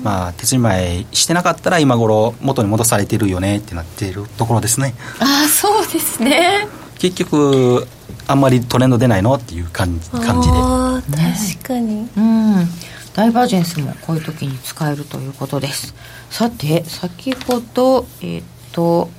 まあ手仕舞いしてなかったら今頃元に戻されてるよねってなっているところですね。 ああ、そうですね。 結局あんまりトレンド出ないのっていう感じ、感じで。 あ、確かに、 うん、ダイバージェンスもこういう時に使えるということです。さて先ほどえー、っと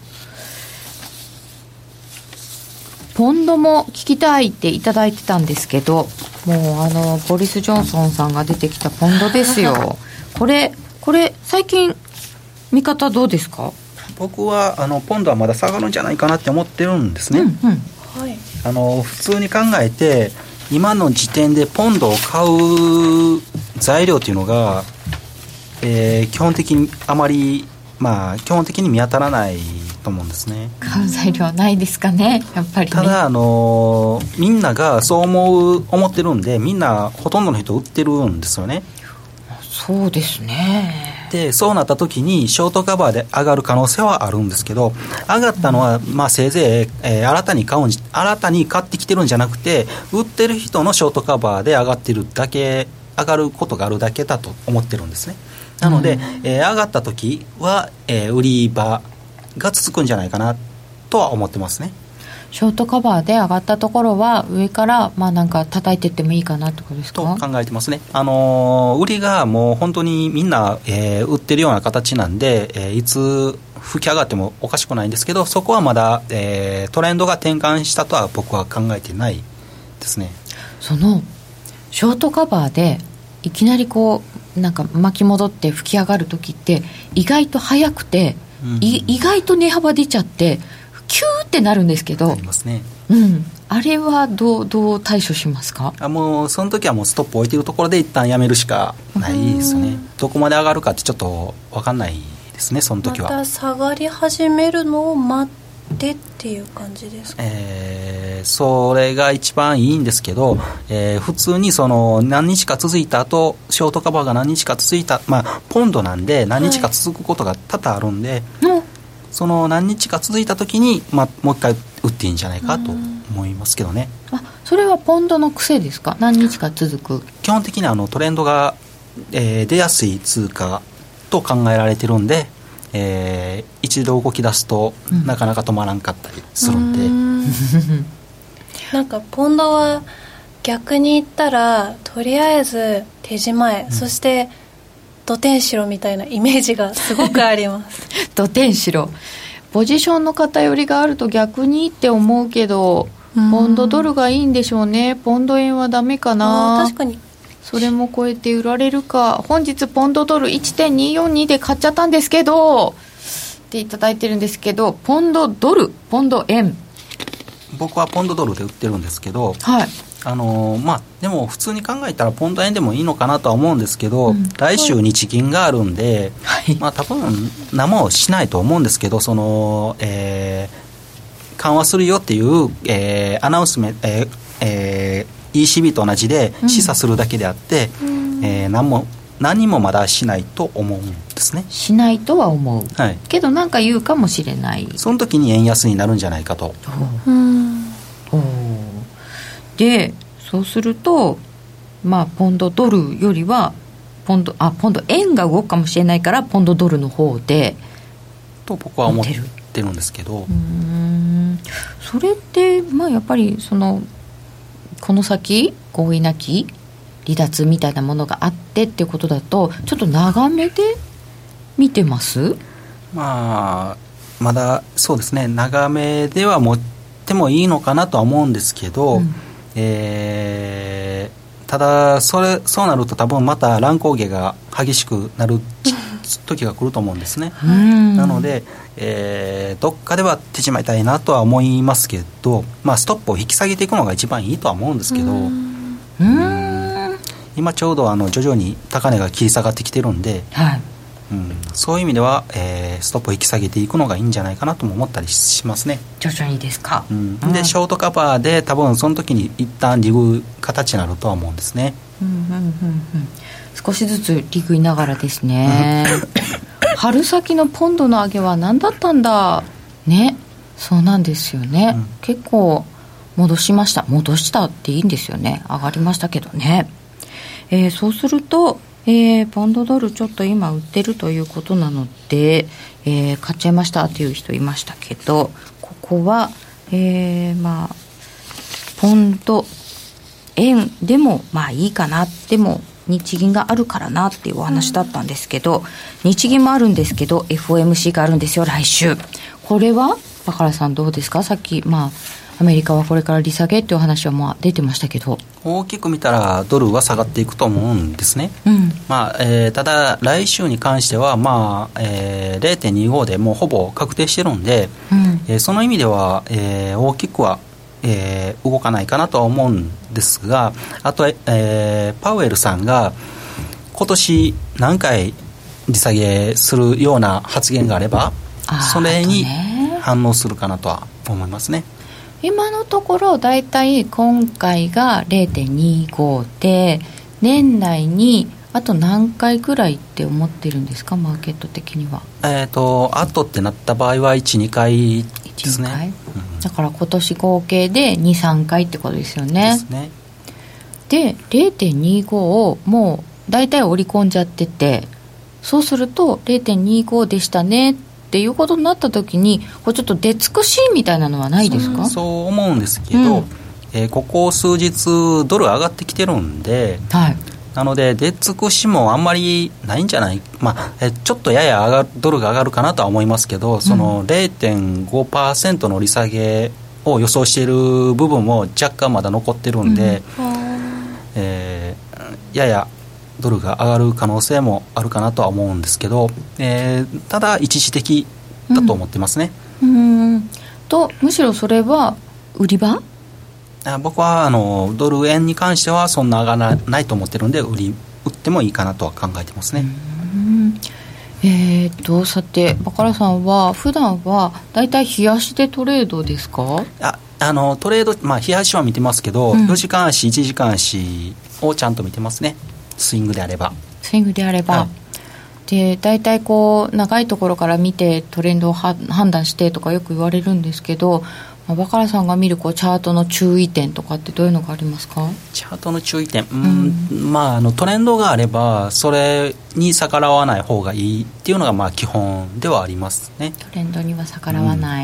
ポンドも聞きたいっていただいてたんですけど、もうあのボリス・ジョンソンさんが出てきたポンドですよこれこれ最近見方どうですか？ 僕はあのポンドはまだ下がるんじゃないかなって思ってるんですね、うんうん、はい、あの普通に考えて今の時点でポンドを買う材料というのが、えー、基本的にあまり、まあ、基本的に見当たらないと思うんですね。 買う材料ないですかね、やっぱりね。 ただ、あのー、みんながそう思う思ってるんで、みんなほとんどの人売ってるんですよね。 そうですね。 でそうなった時にショートカバーで上がる可能性はあるんですけど、上がったのは、まあ、せいぜい、えー、新たに買うん新たに買ってきてるんじゃなくて、売ってる人のショートカバーで上がってるだけ、上がることがあるだけだと思ってるんですね。なので、うん、えー、上がった時は、えー、売り場が続くんじゃないかなとは思ってますね。 ショートカバーで上がったところは上からまあなんか叩いていってもいいかなってことですか？ と考えてますね。あのー、売りがもう本当にみんな、えー、売ってるような形なんで、えー、いつ吹き上がってもおかしくないんですけど、そこはまだ、えー、トレンドが転換したとは僕は考えてないですね。 そのショートカバーでいきなりこうなんか巻き戻って吹き上がる時って意外と早くて、うん、意外と値幅出ちゃってキューってなるんですけど、 ありますね、 うん、あれはどう、どう対処しますか？ あ、もうその時はもうストップ置いてるところで一旦やめるしかないですね。どこまで上がるかってちょっと分かんないですね、その時は。 また下がり始めるのを待ってっていう感じですか？ えー、それが一番いいんですけど、えー、普通にその何日か続いた後、ショートカバーが何日か続いた、まあポンドなんで何日か続くことが多々あるんで、はい、その何日か続いた時に、まあ、もう一回打っていいんじゃないかと思いますけどね。 あ、それはポンドの癖ですか？何日か続く。 基本的にあのトレンドが、えー、出やすい通貨と考えられてるんで、えー、一度動き出すと、うん、なかなか止まらんかったりするんで、 うんなんかポンドは逆に言ったらとりあえず手締まえ、うん、そして土天城みたいなイメージがすごくあります土天城ポジションの偏りがあると逆にって思うけど、ポンドドルがいいんでしょうね。ポンド円はダメかな。 あ、確かにそれも超えて売られるか。本日ポンドドル いってんにーよんに で買っちゃったんですけどっていただいてるんですけど、ポンドドルポンド円、 僕はポンドドルで売ってるんですけど、 はい、 あのーまあ、でも普通に考えたらポンド円でもいいのかなとは思うんですけど、うん、来週日銀があるんで、はい、まあ、多分何もしないと思うんですけど、その、えー、緩和するよっていう、えー、アナウンスメント、えーえー、イーシービー と同じで示唆するだけであって、うん、えー、何も何もまだしないと思うんですね。 しないとは思う、 はい、 けど何か言うかもしれない。 その時に円安になるんじゃないかと。 うん、でそうすると、まあ、ポンドドルよりはポンドあポンド円が動くかもしれないからポンドドルの方でと僕は思ってるんですけど、 うーんそれって、まあ、やっぱりそのこの先合意なき離脱みたいなものがあってっていうことだと、ちょっと長めで見てます？ まあまだそうですね、長めでは持ってもいいのかなとは思うんですけど、うん、えー、ただそれそうなると多分また乱高下が激しくなる時が来ると思うんですね。なので、えー、どっかでは手締まいたいなとは思いますけど、まあ、ストップを引き下げていくのが一番いいとは思うんですけど、うーん今ちょうどあの徐々に高値が切り下がってきてるんで、はい、うん、そういう意味では、えー、ストップを引き下げていくのがいいんじゃないかなとも思ったりしますね。 徐々にですか、 うん、でショートカバーで多分その時に一旦利食う形になるとは思うんですね。 うんうんうんうん、少しずつ利食いながらですね春先のポンドの上げは何だったんだね。そうなんですよね、うん、結構戻しました。戻したっていいんですよね。上がりましたけどね、えー、そうすると、えー、ポンドドルちょっと今売ってるということなので、えー、買っちゃいましたっていう人いましたけど、ここは、えー、まあポンド円でもまあいいかな、でも日銀があるからなっていうお話だったんですけど、うん、日銀もあるんですけど エフオーエムシー があるんですよ来週。これはバカラさんどうですか？さっき、まあ、アメリカはこれから利下げっていうお話はまあ出てましたけど、 大きく見たらドルは下がっていくと思うんですね、 うん、 まあえー、ただ来週に関しては、まあえー、ゼロてんにご でもうほぼ確定してるんで、うん、えー、その意味では、えー、大きくはえー、動かないかなとは思うんですが、あと、えー、パウエルさんが今年何回利下げするような発言があればそれに反応するかなとは思いますね。 今のところだいたい今回が ゼロてんにご で年内にあと何回ぐらいって思ってるんですか、マーケット的には。 えーと、あとってなった場合は いちにかいですね、 うん、だから今年合計で にさんかいってことですよね。 ですね。 で ゼロてんにご をもう大体織り込んじゃってて、そうすると ゼロてんにご でしたねっていうことになった時にこれちょっと出尽くしみたいなのはないですか？ そう、そう思うんですけど、うん、えー、ここ数日ドル上がってきてるんで、 はい、 なので出尽くしもあんまりないんじゃない、まあ、えちょっとやや上がるドルが上がるかなとは思いますけど、その ゼロてんごパーセント の利下げを予想している部分も若干まだ残ってるんで、うん、えー、ややドルが上がる可能性もあるかなとは思うんですけど、えー、ただ一時的だと思ってますね、 うん、うんとむしろそれは売り場？ 僕はあのドル円に関してはそんな上がらないと思ってるんで売り売ってもいいかなとは考えてますね。 うん、えー、とさてバカラさんは普段はだいたい日足でトレードですか？ ああのトレード、まあ、日足は見てますけど、うん、よじかん足いちじかん足をちゃんと見てますね。スイングであればスイングであれば、はい、でだいたいこう長いところから見てトレンドを判断してとかよく言われるんですけど、バカラさんが見るこうチャートの注意点とかってどういうのがありますか？ チャートの注意点、うん、うん、まあ、あのトレンドがあればそれに逆らわない方がいいっていうのがまあ基本ではありますね。 トレンドには逆らわない、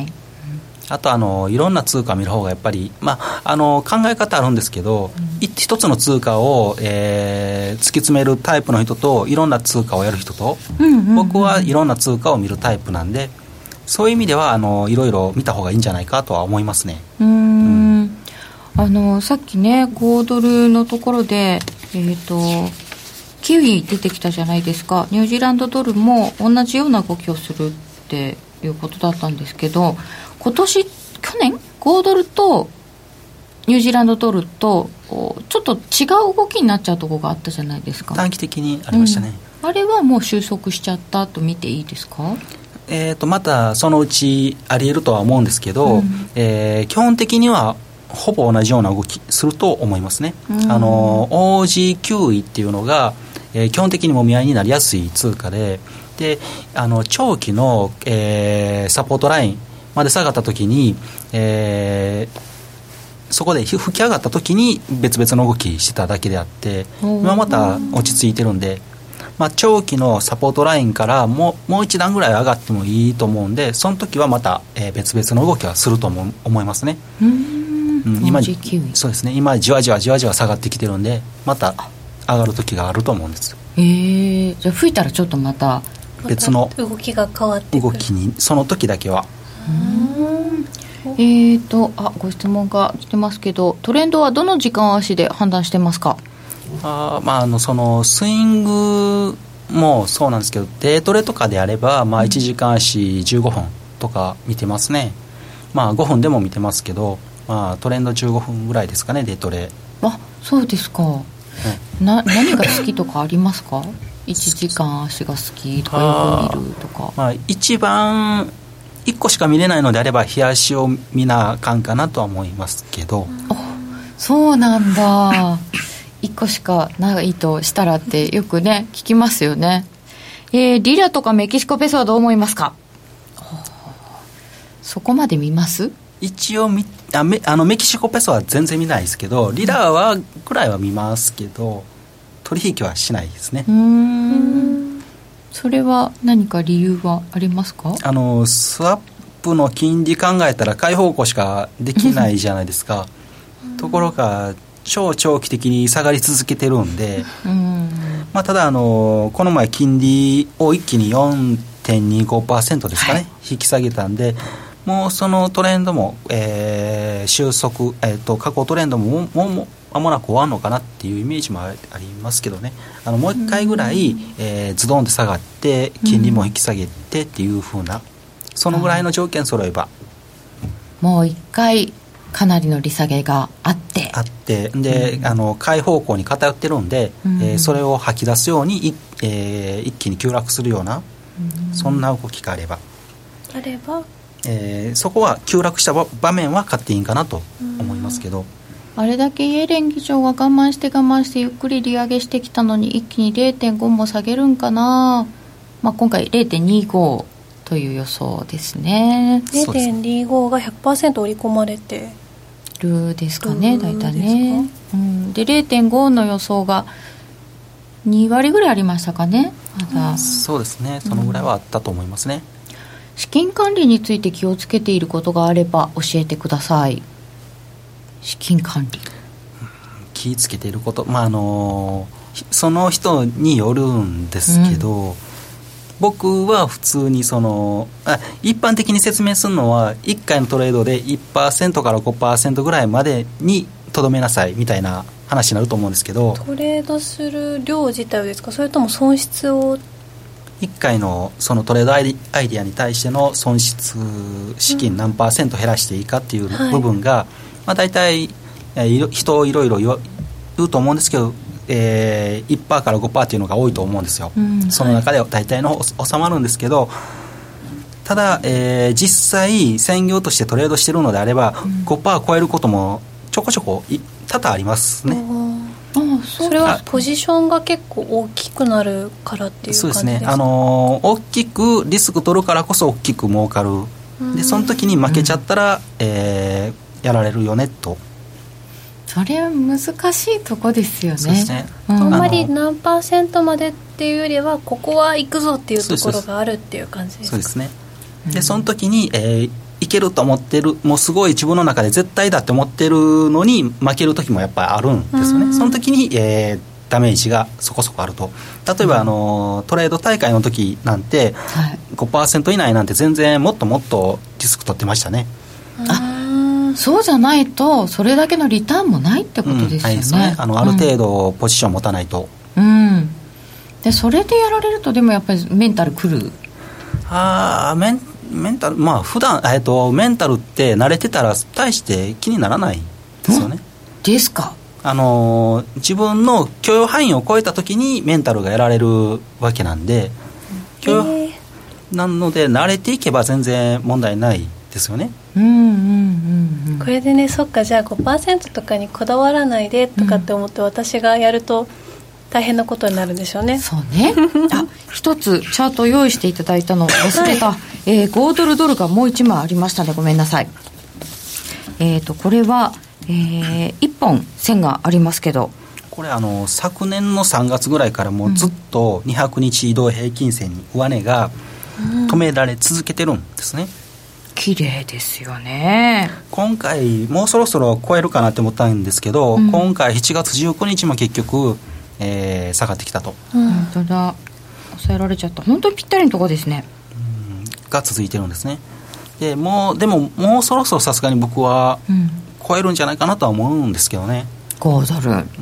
あとあのいろんな通貨を見る方がやっぱり、まあ、あの考え方あるんですけど、うん、一つの通貨を、えー、突き詰めるタイプの人といろんな通貨をやる人と、うんうんうん、僕はいろんな通貨を見るタイプなんで、そういう意味ではあのいろいろ見た方がいいんじゃないかとは思いますね。 うーん、うん、あのさっきねごドルのところで、えーと、キウイ出てきたじゃないですか。ニュージーランドドルも同じような動きをするっていうことだったんですけど、今年去年ごドルとニュージーランドドルとちょっと違う動きになっちゃうところがあったじゃないですか。 短期的にありましたね、 うん、あれはもう収束しちゃったと見ていいですか？ えー、とまたそのうちあり得るとは思うんですけど、うん、えー、基本的にはほぼ同じような動きすると思いますね、うん、あの オージー キウイっていうのが、えー、基本的にもみ合いになりやすい通貨で、であの長期の、えー、サポートラインまで下がった時に、えー、そこで吹き上がった時に別々の動きしてただけであって、今また落ち着いてるんで、まあ、長期のサポートラインからもう、もう一段ぐらい上がってもいいと思うんで、その時はまた、えー、別々の動きはすると思思いますね。うーん、うん、今そうですね、今じわじわじわじわ下がってきてるんで、また上がる時があると思うんです。 えー、じゃあ吹いたらちょっとまた別の動きが変わってくる動きに、その時だけは。 うーん、えーとあご質問が来てますけど、トレンドはどの時間足で判断してますか？ あ、まあ、あのそのスイングもそうなんですけど、デートレとかであれば、まあ、いちじかん足じゅうごふんとか見てますね。まあ、ごふんでも見てますけど、まあ、トレンドじゅうごふんぐらいですかね、デートレ。 あ、そうですか、うん、な何が好きとかありますか？いちじかん足が好きとかよく見るとか。 まあ、一番いっこしか見れないのであれば日足を見なあかんかなとは思いますけど。 あ、そうなんだいっこしかないとしたらってよくね聞きますよね。えー、リラとかメキシコペソはどう思いますか？そこまで見ます？ 一応み あ メ, あのメキシコペソは全然見ないですけど、リラはくらいは見ますけど、取引はしないですね。 うーん、それは何か理由はありますか？ あのスワップの金利考えたら買い方向しかできないじゃないですかところが超長期的に下がり続けてるんで、うん、まあ、ただあのこの前金利を一気に よんてんにごパーセント ですかね、はい、引き下げたんで、もうそのトレンドも、えー、収束、えー、と過去トレンドももうも間もなく終わるのかなっていうイメージもありますけどね。あのもう一回ぐらい、うん、えー、ズドンで下がって金利も引き下げてっていう風な、うん、そのぐらいの条件揃えば、 もう一回かなりの利下げがあってあってで、うん、あの買い方向に偏ってるんで、うん、えー、それを吐き出すように、えー、一気に急落するような、うん、そんな動きがあればあれば、 えー、そこは急落した場面は買っていいかなと思いますけど、 あれだけイエレン議長が我慢して我慢してゆっくり利上げしてきたのに一気に ゼロテンご も下げるんかな、まあ、今回 ゼロテンにご という予想ですね。 ゼロテンにご が ひゃくパーセント 織り込まれてるですかね、大体ね。うん、で ゼロテンご の予想がにわりぐらいありましたかね、まだ、 うん、そうですね、そのぐらいはあったと思いますね、うん、 資金管理について気をつけていることがあれば教えてください。資金管理、 気をつけていること、まあ、あのその人によるんですけど、うん、僕は普通にそのあ一般的に説明するのはいっかいのトレードで いちパーセント から ごパーセント ぐらいまでにとどめなさいみたいな話になると思うんですけど、 トレードする量自体ですか、それとも損失をいっかいのそのトレードアイディアに対しての損失資金何パーセント減らしていいかっていう部分が、うん、まあ、大体人いろいろ言うと思うんですけど、えー、いちパーセント から ごパーセント っていうのが多いと思うんですよ、うん、その中で大体の収まるんですけど、ただ、えー、実際専業としてトレードしてるのであれば、うん、ごパーセント 超えることもちょこちょこ多々ありますね。 あ、それはポジションが結構大きくなるからっていう感じですか？ そうですね、あのー、大きくリスク取るからこそ大きく儲かる、でその時に負けちゃったら、うん、えー、やられるよねと。 それは難しいとこですよね。 そうですね、 うん、あんまり何パーセントまでっていうよりはここは行くぞっていうところがあるっていう感じですか？ そうですね。でその時に、えー、 いけると思ってる、もうすごい自分の中で絶対だって思ってるのに負ける時もやっぱりあるんですよね。その時に、えー、ダメージがそこそこあると。例えば、うん、あのトレード大会の時なんて、はい、ごパーセント 以内なんて全然もっともっとリスク取ってましたね。 あ、そうじゃないとそれだけのリターンもないってことですよね。うん、はい、そうね。 あのある程度ポジション持たないと、 うん、でそれでやられるとでもやっぱりメンタルくる。 あメンメンタル、まあ普段、えっとメンタルって慣れてたら大して気にならないですよね。 ですか。 あの自分の許容範囲を超えた時にメンタルがやられるわけなんで、許容、えー、なので慣れていけば全然問題ないですよね。 うんうんうんうん、これでね、そっか、じゃあ ごパーセント とかにこだわらないでとかって思って私がやると大変なことになるんでしょうね。 そうね。あ、一つチャートを用意していただいたの忘れた、はい、えー、ごドルドルがもういちまいありましたね。ごめんなさい。えーとこれは、えー、いっぽん線がありますけど、 これあの昨年のさんがつぐらいからもうずっとにひゃくにち移動平均線に上値が止められ続けてるんですね。 綺麗ですよね。 今回もうそろそろ超えるかなって思ったんですけど、うん、今回しちがつじゅうくにちも結局、えー、下がってきたと、 うん、本当だ、抑えられちゃった。本当にぴったりのところですね。 うん、が続いてるんですね。でもうでももうそろそろさすがに僕は超えるんじゃないかなとは思うんですけどね。 ごドル、 うん、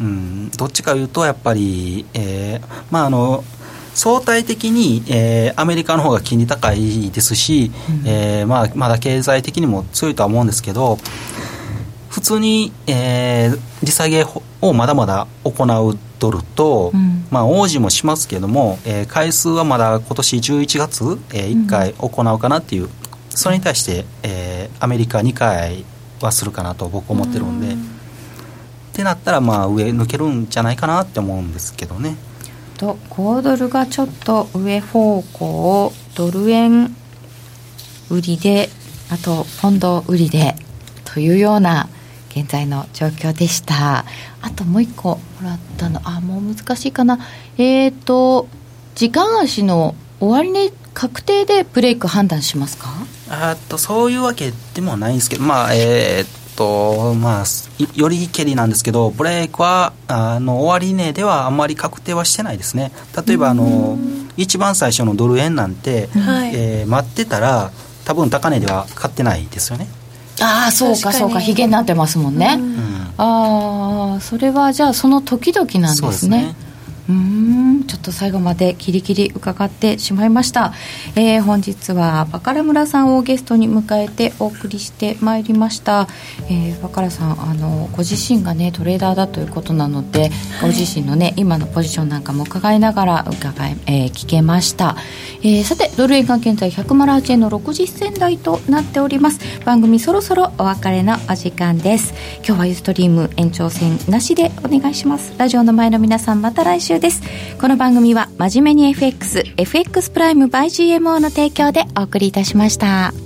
どっちかいうとやっぱり、えー、まああの相対的に、えー、アメリカの方が金利高いですし、うん、えーまあ、まだ経済的にも強いとは思うんですけど、普通に、えー、利下げをまだまだ行うドルと、うん、まあ、応じもしますけども、えー、回数はまだ今年じゅういちがつ、えー、いっかい行うかなっていう、うん、それに対して、えー、アメリカにかいはするかなと僕思ってるんで、うん、ってなったらまあ上抜けるんじゃないかなって思うんですけどね。 とごドルがちょっと上方向、ドル円売りで、あとポンド売りでというような現在の状況でした。あともう一個もらったの、あ、もう難しいかな。えーと時間足の終値確定でブレイク判断しますか？ あとそういうわけでもないんですけど、まあえーとまあ、よりけりなんですけど、ブレイクはあの終値ではあんまり確定はしてないですね。例えばあの一番最初のドル円なんて、はい、えー、待ってたら多分高値では買ってないですよね。 ああ、そうかそうか、ひげになってますもんね。うん、ああ、それはじゃあその時々なんですね。そうですね。うーん、ちょっと最後までキリキリ伺ってしまいました。えー、本日はバカラ村さんをゲストに迎えてお送りしてまいりました。えー、バカラさん、あのご自身がねトレーダーだということなので、はい、ご自身のね今のポジションなんかも伺いながら伺い、えー、聞けました。えー、さてドル円が現在ひゃくはちえんのろくじゅっせん台となっております。番組そろそろお別れのお時間です。今日はユーストリーム延長戦なしでお願いします。ラジオの前の皆さん、また来週です。この番組は真面目に エフエックス エフエックス プライム by ジーエムオー の提供でお送りいたしました。